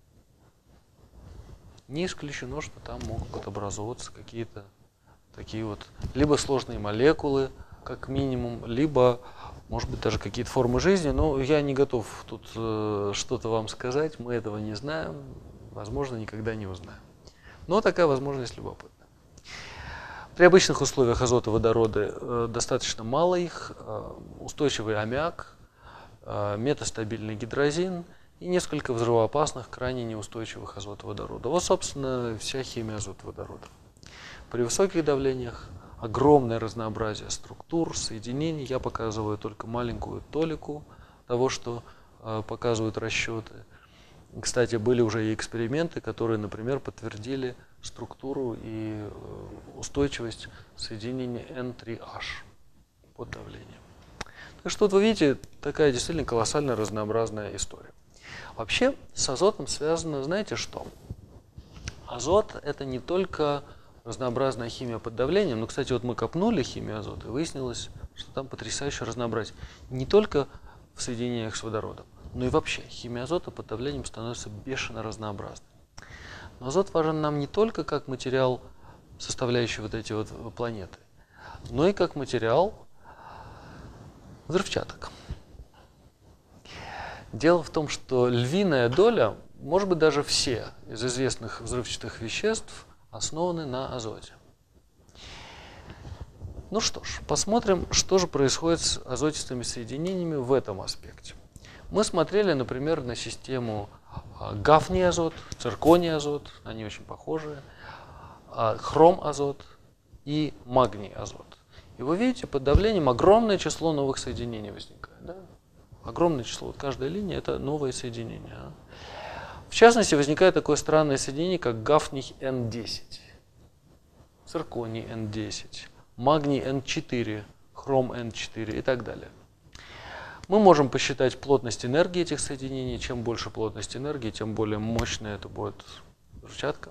Не исключено, что там могут образовываться какие-то такие вот либо сложные молекулы, как минимум, либо, может быть, даже какие-то формы жизни. Но я не готов тут э, что-то вам сказать, мы этого не знаем, возможно, никогда не узнаем. Но такая возможность любопытна. При обычных условиях азота и водорода э, достаточно мало их, э, устойчивый аммиак, э, метастабильный гидрозин и несколько взрывоопасных, крайне неустойчивых азота-водорода. Вот, собственно, вся химия азота-водорода. При высоких давлениях огромное разнообразие структур, соединений. Я показываю только маленькую толику того, что э, показывают расчеты. Кстати, были уже и эксперименты, которые, например, подтвердили структуру и устойчивость соединения эн три аш под давлением. Так что вот вы видите, такая действительно колоссально разнообразная история. Вообще с азотом связано, знаете что? Азот – это не только разнообразная химия под давлением, но, кстати, вот мы копнули химию азота, и выяснилось, что там потрясающее разнообразие. Не только в соединениях с водородом, но и вообще химия азота под давлением становится бешено разнообразной. Но азот важен нам не только как материал, составляющий вот эти вот планеты, но и как материал взрывчаток. Дело в том, что львиная доля, может быть даже все из известных взрывчатых веществ основаны на азоте. Ну что ж, посмотрим, что же происходит с азотистыми соединениями в этом аспекте. Мы смотрели, например, на систему гафний азот, цирконий азот, они очень похожие, хром азот и магний азот. И вы видите, под давлением огромное число новых соединений возникает. Да? Огромное число. Вот каждая линия – это новое соединение. А? В частности, возникает такое странное соединение, как гафний эн десять, цирконий эн десять, магний эн четыре, хром эн четыре и так далее. Мы можем посчитать плотность энергии этих соединений. Чем больше плотность энергии, тем более мощная это будет взрывчатка.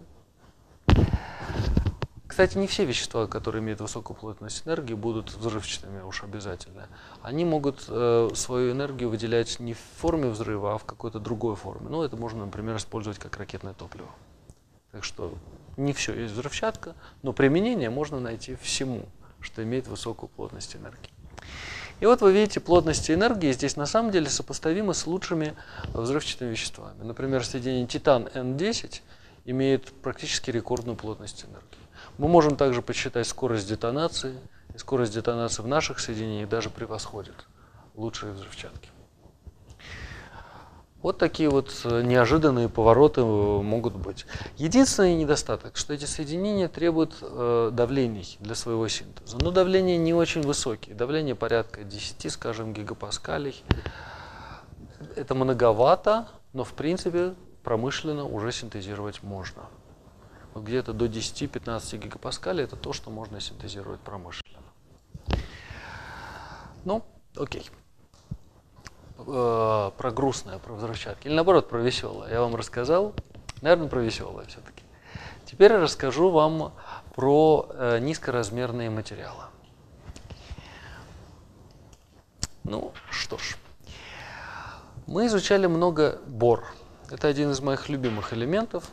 Кстати, не все вещества, которые имеют высокую плотность энергии, будут взрывчатыми уж обязательно. Они могут э, свою энергию выделять не в форме взрыва, а в какой-то другой форме. Ну, это можно, например, использовать как ракетное топливо. Так что не все есть взрывчатка, но применение можно найти всему, что имеет высокую плотность энергии. И вот вы видите, плотности энергии здесь на самом деле сопоставимы с лучшими взрывчатыми веществами. Например, соединение титан эн десять имеет практически рекордную плотность энергии. Мы можем также подсчитать скорость детонации, и скорость детонации в наших соединениях даже превосходит лучшие взрывчатки. Вот такие вот неожиданные повороты могут быть. Единственный недостаток, что эти соединения требуют э, давлений для своего синтеза. Но давления не очень высокие, давление порядка десяти, скажем, гигапаскалей. Это многовато, но в принципе промышленно уже синтезировать можно. Вот где-то до десяти-пятнадцати гигапаскалей это то, что можно синтезировать промышленно. Ну, окей. Э, про грустное, про взрывчатки. Или наоборот, про веселое. Я вам рассказал, наверное, про веселое все-таки. Теперь я расскажу вам про э, низкоразмерные материалы. Ну, что ж. Мы изучали много бор. Это один из моих любимых элементов.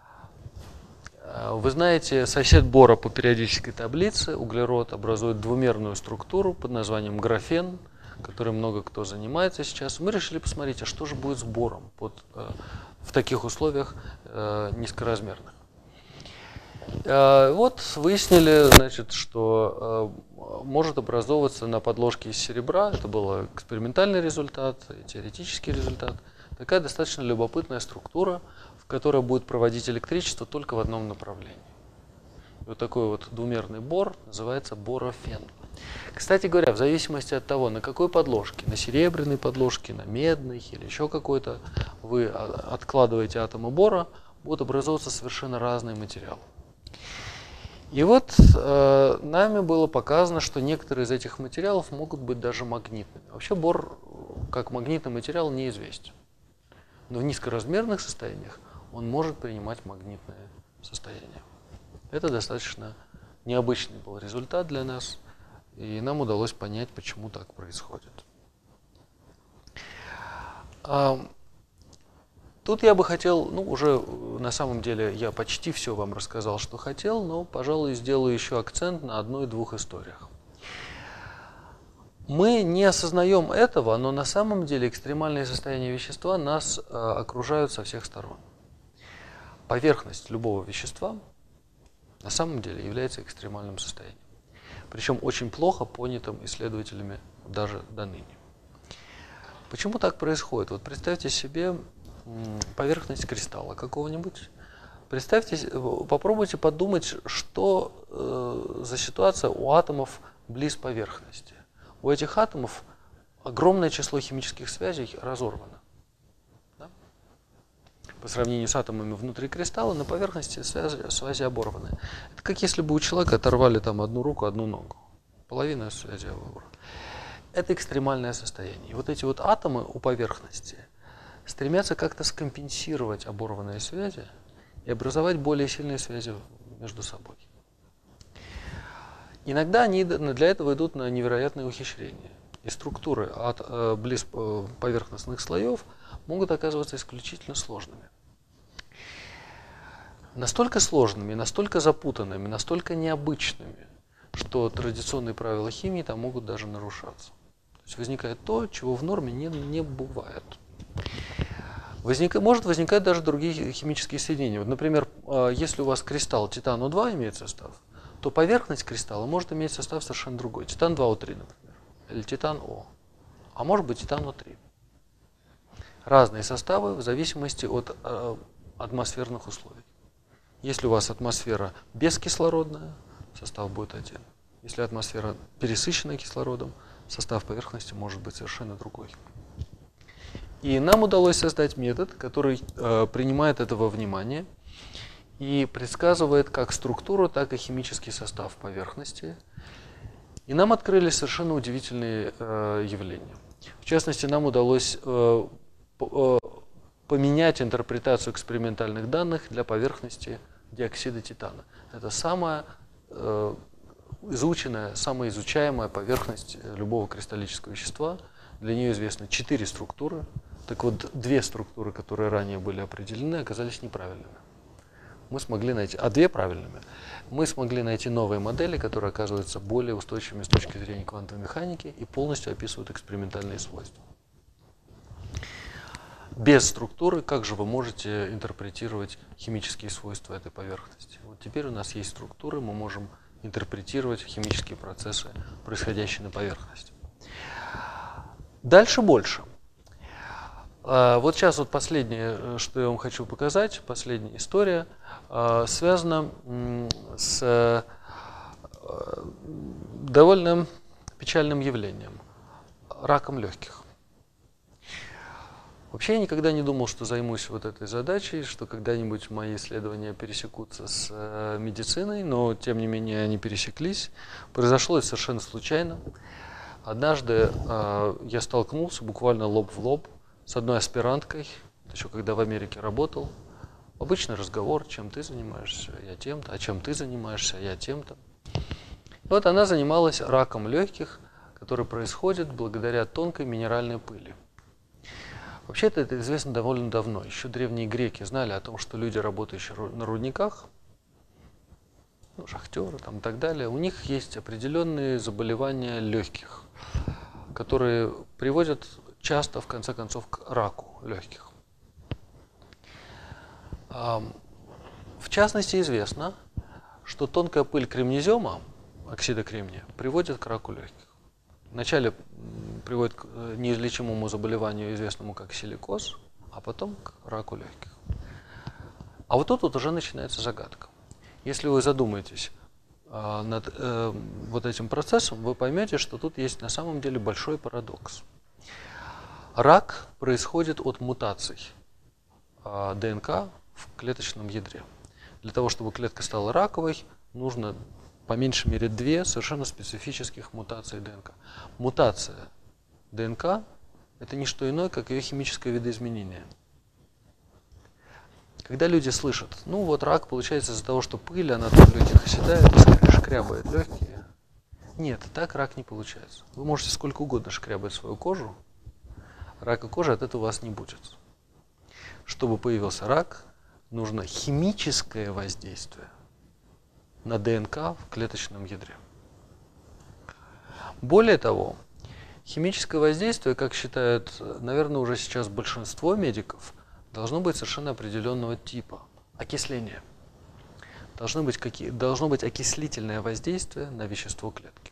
Вы знаете, сосед бора по периодической таблице, углерод, образует двумерную структуру под названием графен, которой много кто занимается сейчас. Мы решили посмотреть, а что же будет с бором под, э, в таких условиях э, низкоразмерных. Э, вот выяснили, значит, что э, может образовываться на подложке из серебра. Это был экспериментальный результат, теоретический результат. Такая достаточно любопытная структура, которая будет проводить электричество только в одном направлении. И вот такой вот двумерный бор называется борофен. Кстати говоря, в зависимости от того, на какой подложке, на серебряной подложке, на медной или еще какой-то, вы откладываете атомы бора, будут образовываться совершенно разные материалы. И вот э, нами было показано, что некоторые из этих материалов могут быть даже магнитными. Вообще бор как магнитный материал неизвестен. Но в низкоразмерных состояниях он может принимать магнитное состояние. Это достаточно необычный был результат для нас, и нам удалось понять, почему так происходит. Тут я бы хотел, ну уже на самом деле я почти все вам рассказал, что хотел, но, пожалуй, сделаю еще акцент на одной-двух историях. Мы не осознаем этого, но на самом деле экстремальные состояния вещества нас э, окружают со всех сторон. Поверхность любого вещества на самом деле является экстремальным состоянием. Причем очень плохо понятым исследователями даже до ныне. Почему так происходит? Вот представьте себе поверхность кристалла какого-нибудь. Представьте, попробуйте подумать, что э, за ситуация у атомов близ поверхности. У этих атомов огромное число химических связей разорвано. Да? По сравнению с атомами внутри кристалла, на поверхности связи, связи оборваны. Это как если бы у человека оторвали там одну руку, одну ногу. Половина связи оборвана. Это экстремальное состояние. И вот эти вот атомы у поверхности стремятся как-то скомпенсировать оборванные связи и образовать более сильные связи между собой. Иногда они для этого идут на невероятные ухищрения. И структуры от э, близ поверхностных слоев могут оказываться исключительно сложными. Настолько сложными, настолько запутанными, настолько необычными, что традиционные правила химии там могут даже нарушаться. То есть возникает то, чего в норме не, не бывает. Возник... Может возникать даже другие химические соединения. Вот, например, если у вас кристалл титан два имеет состав, то поверхность кристалла может иметь состав совершенно другой. титан два о три, например, или титан О, а может быть титан о три. Разные составы в зависимости от э, атмосферных условий. Если у вас атмосфера бескислородная, состав будет один. Если атмосфера пересыщенная кислородом, состав поверхности может быть совершенно другой. И нам удалось создать метод, который э, принимает это во внимание и предсказывает как структуру, так и химический состав поверхности. И нам открылись совершенно удивительные э, явления. В частности, нам удалось э, э, поменять интерпретацию экспериментальных данных для поверхности диоксида титана. Это самая э, изученная, самая изучаемая поверхность любого кристаллического вещества. Для нее известно четыре структуры. Так вот, две структуры, которые ранее были определены, оказались неправильными. Мы смогли найти, а две правильными. Мы смогли найти новые модели, которые оказываются более устойчивыми с точки зрения квантовой механики и полностью описывают экспериментальные свойства. Без структуры, как же вы можете интерпретировать химические свойства этой поверхности? Вот теперь у нас есть структуры, мы можем интерпретировать химические процессы, происходящие на поверхности. Дальше больше. Вот сейчас вот последнее, что я вам хочу показать, последняя история, связана с довольно печальным явлением – раком легких. Вообще я никогда не думал, что займусь вот этой задачей, что когда-нибудь мои исследования пересекутся с медициной, но тем не менее они пересеклись. Произошло это совершенно случайно. Однажды я столкнулся буквально лоб в лоб с одной аспиранткой, еще когда в Америке работал. Обычный разговор, чем ты занимаешься, я тем-то, а чем ты занимаешься, я тем-то. И вот она занималась раком легких, который происходит благодаря тонкой минеральной пыли. Вообще-то это известно довольно давно. Еще древние греки знали о том, что люди, работающие на рудниках, ну, шахтеры там, и так далее, у них есть определенные заболевания легких, которые приводят часто, в конце концов, к раку легких. В частности, известно, что тонкая пыль кремнезема, оксида кремния, приводит к раку легких. Вначале приводит к неизлечимому заболеванию, известному как силикоз, а потом к раку легких. А вот тут вот уже начинается загадка. Если вы задумаетесь, над э, вот этим процессом, вы поймете, что тут есть на самом деле большой парадокс. Рак происходит от мутаций э, ДНК в клеточном ядре. Для того, чтобы клетка стала раковой, нужно по меньшей мере две совершенно специфических мутации ДНК. Мутация ДНК – это не что иное, как ее химическое видоизменение. Когда люди слышат, ну вот рак получается из-за того, что пыль, она в легких оседает и шкрябает легкие. Нет, так рак не получается. Вы можете сколько угодно шкрябать свою кожу, рака кожи от этого у вас не будет. Чтобы появился рак, нужно химическое воздействие на ДНК в клеточном ядре. Более того, химическое воздействие, как считают, наверное, уже сейчас большинство медиков, должно быть совершенно определенного типа. Окисление. Должно быть, какие, должно быть окислительное воздействие на вещество клетки.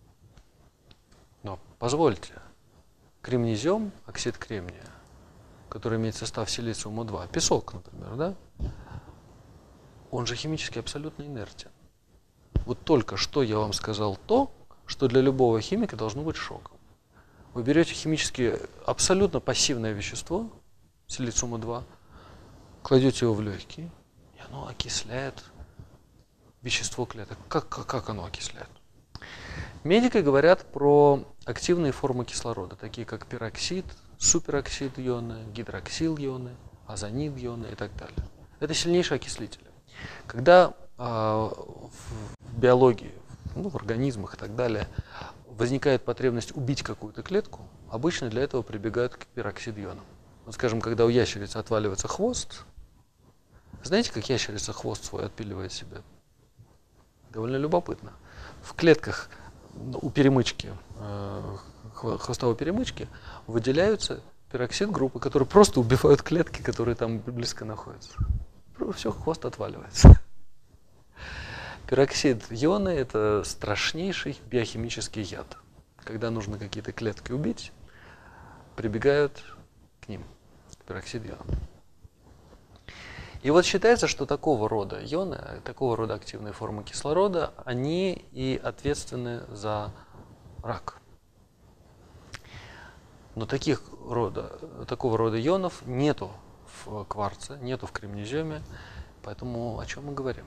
Но позвольте, кремнезем, оксид кремния, который имеет состав силициума два, песок, например, да? Он же химически абсолютно инертен. Вот только что я вам сказал то, что для любого химика должно быть шоком. Вы берете химически абсолютно пассивное вещество, силициума два, кладете его в легкие, и оно окисляет вещество клеток. Как, как, как оно окисляет? Медики говорят про активные формы кислорода, такие как пероксид, супероксид ионы, гидроксил ионы, озонид ионы и так далее. Это сильнейшие окислители. Когда э, в биологии, ну, в организмах и так далее, возникает потребность убить какую-то клетку, обычно для этого прибегают к пероксид-ионам. Вот, скажем, когда у ящерицы отваливается хвост, знаете, как ящерица хвост свой отпиливает себе? Довольно любопытно. В клетках у перемычки, э, хвостовой перемычки выделяются пероксид-группы, которые просто убивают клетки, которые там близко находятся. Все, хвост отваливается. Пероксид-ионы – это страшнейший биохимический яд. Когда нужно какие-то клетки убить, прибегают к ним, к пероксид-ионам. И вот считается, что такого рода ионы, такого рода активные формы кислорода, они и ответственны за рак. Но таких рода, такого рода ионов нету в кварце, нету в кремнеземе, поэтому о чем мы говорим?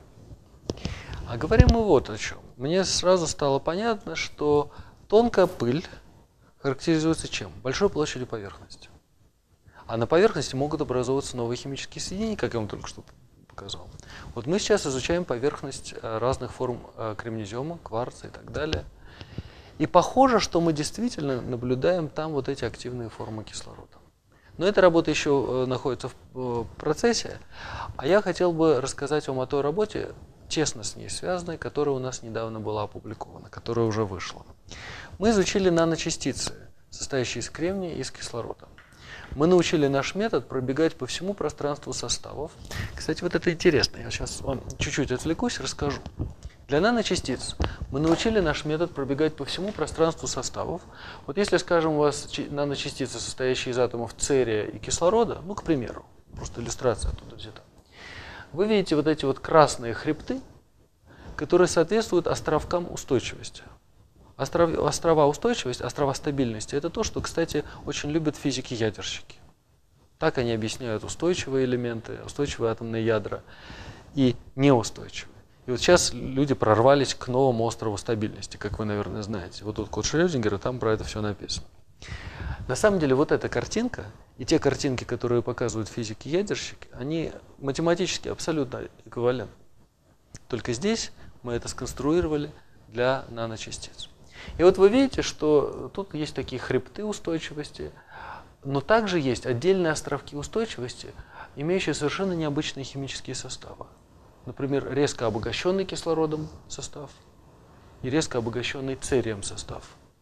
А говорим мы вот о чем. Мне сразу стало понятно, что тонкая пыль характеризуется чем? Большой площадью поверхности. А на поверхности могут образовываться новые химические соединения, как я вам только что показал. Вот мы сейчас изучаем поверхность разных форм кремнезема, кварца и так далее. И похоже, что мы действительно наблюдаем там вот эти активные формы кислорода. Но эта работа еще находится в процессе, а я хотел бы рассказать вам о той работе, тесно с ней связанной, которая у нас недавно была опубликована, которая уже вышла. Мы изучили наночастицы, состоящие из кремния и из кислорода. Мы научили наш метод пробегать по всему пространству составов. Кстати, вот это интересно, я сейчас вам чуть-чуть отвлекусь, расскажу. Для наночастиц мы научили наш метод пробегать по всему пространству составов. Вот если, скажем, у вас наночастицы, состоящие из атомов церия и кислорода, ну, к примеру, просто иллюстрация оттуда взята, вы видите вот эти вот красные хребты, которые соответствуют островкам устойчивости. Остров, острова устойчивости, острова стабильности – это то, что, кстати, очень любят физики-ядерщики. Так они объясняют устойчивые элементы, устойчивые атомные ядра и неустойчивые. И вот сейчас люди прорвались к новому острову стабильности, как вы, наверное, знаете. Вот тут код Шрёдингера, там про это все написано. На самом деле вот эта картинка и те картинки, которые показывают физики-ядерщики, они математически абсолютно эквивалентны. Только здесь мы это сконструировали для наночастиц. И вот вы видите, что тут есть такие хребты устойчивости, но также есть отдельные островки устойчивости, имеющие совершенно необычные химические составы. Например, резко обогащенный кислородом состав и резко обогащенный церием состав.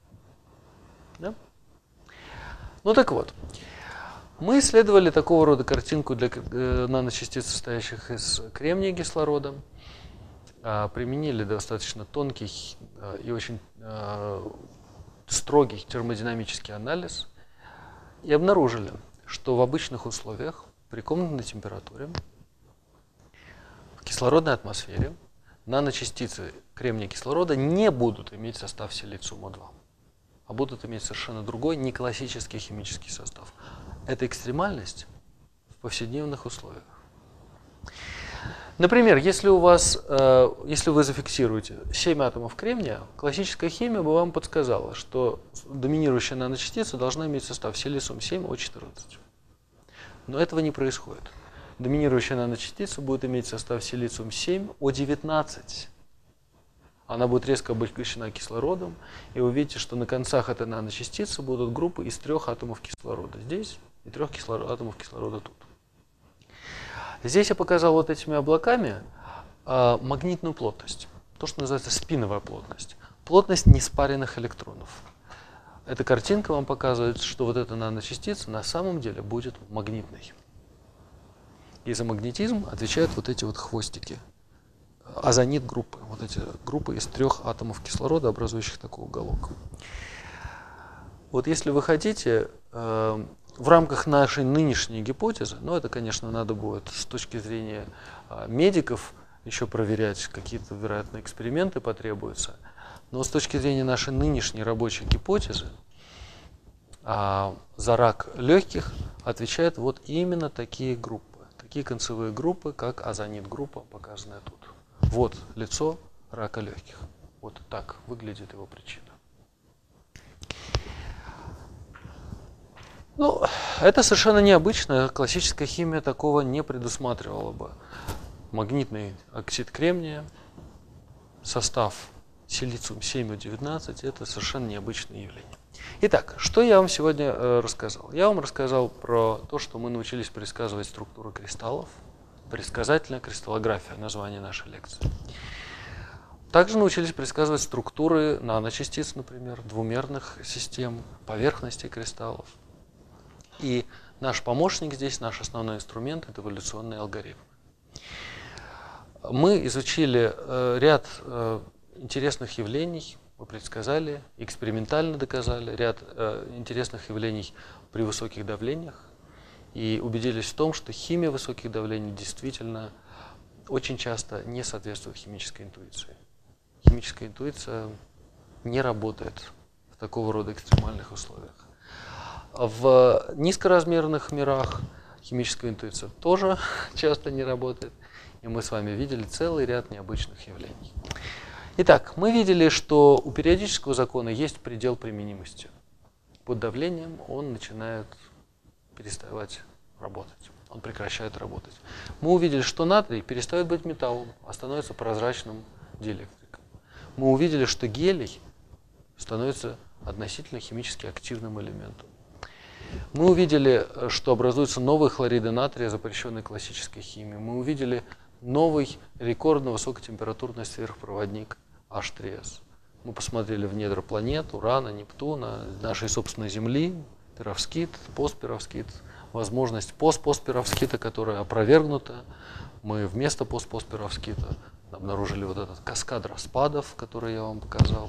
Да? Ну так вот, мы исследовали такого рода картинку для наночастиц, состоящих из кремния и кислорода, применили достаточно тонкий и очень строгий термодинамический анализ и обнаружили, что в обычных условиях при комнатной температуре в кислородной атмосфере наночастицы кремния кислорода не будут иметь состав силициума два, а будут иметь совершенно другой, не классический химический состав. Это экстремальность в повседневных условиях. Например, если у вас, если вы зафиксируете семь атомов кремния, классическая химия бы вам подсказала, что доминирующая наночастица должна иметь состав силициум семь О четырнадцать. Но этого не происходит. Доминирующая наночастица будет иметь состав силициум семь О девятнадцать. Она будет резко обогащена кислородом, и вы увидите, что на концах этой наночастицы будут группы из трех атомов кислорода здесь и трех кислород, атомов кислорода тут. Здесь я показал вот этими облаками э, магнитную плотность, то, что называется спиновая плотность, плотность неспаренных электронов. Эта картинка вам показывает, что вот эта наночастица на самом деле будет магнитной. И за магнетизм отвечают вот эти вот хвостики, озонит группы, вот эти группы из трех атомов кислорода, образующих такой уголок. Вот если вы хотите, э, в рамках нашей нынешней гипотезы, ну это, конечно, надо будет с точки зрения э, медиков еще проверять, какие-то, вероятно, эксперименты потребуются, но с точки зрения нашей нынешней рабочей гипотезы, э, за рак легких отвечают вот именно такие группы, такие концевые группы, как озонит-группа, показанная тут. Вот лицо рака легких. Вот так выглядит его причина. Ну, это совершенно необычно. Классическая химия такого не предусматривала бы. Магнитный оксид кремния, состав силициум семь О девятнадцать – это совершенно необычное явление. Итак, что я вам сегодня э, рассказал? Я вам рассказал про то, что мы научились предсказывать структуру кристаллов. Предсказательная кристаллография, название нашей лекции. Также научились предсказывать структуры наночастиц, например, двумерных систем, поверхности кристаллов. И наш помощник здесь, наш основной инструмент – это эволюционные алгоритмы. Мы изучили э, ряд э, интересных явлений, мы предсказали, экспериментально доказали ряд э, интересных явлений при высоких давлениях. И убедились в том, что химия высоких давлений действительно очень часто не соответствует химической интуиции. Химическая интуиция не работает в такого рода экстремальных условиях. В низкоразмерных мирах химическая интуиция тоже часто не работает. И мы с вами видели целый ряд необычных явлений. Итак, мы видели, что у периодического закона есть предел применимости. Под давлением он начинает переставать работать, он прекращает работать. Мы увидели, что натрий перестает быть металлом, а становится прозрачным диэлектриком. Мы увидели, что гелий становится относительно химически активным элементом. Мы увидели, что образуются новые хлориды натрия, запрещенные классической химией. Мы увидели новый рекордно высокотемпературный сверхпроводник H три S. Мы посмотрели в недра планет, Урана, Нептуна, нашей собственной Земли, перовскит, постперовскит, возможность пост-постперовскита, которая опровергнута. Мы вместо пост-постперовскита обнаружили вот этот каскад распадов, который я вам показал.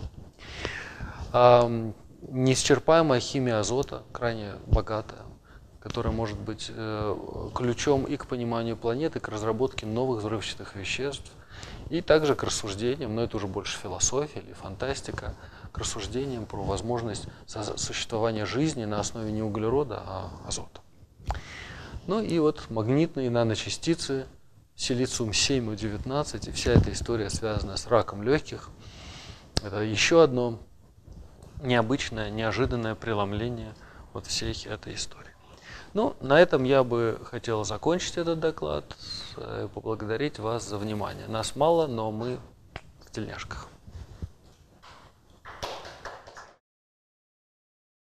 Неисчерпаемая химия азота, крайне богатая, которая может быть ключом и к пониманию планеты, и к разработке новых взрывчатых веществ, и также к рассуждениям, но это уже больше философия или фантастика, к рассуждениям про возможность существования жизни на основе не углерода, а азота. Ну и вот магнитные наночастицы, силициум семь О девятнадцать, и вся эта история связана с раком легких. Это еще одно необычное, неожиданное преломление вот всей этой истории. Ну, на этом я бы хотел закончить этот доклад, поблагодарить вас за внимание. Нас мало, но мы в тельняшках.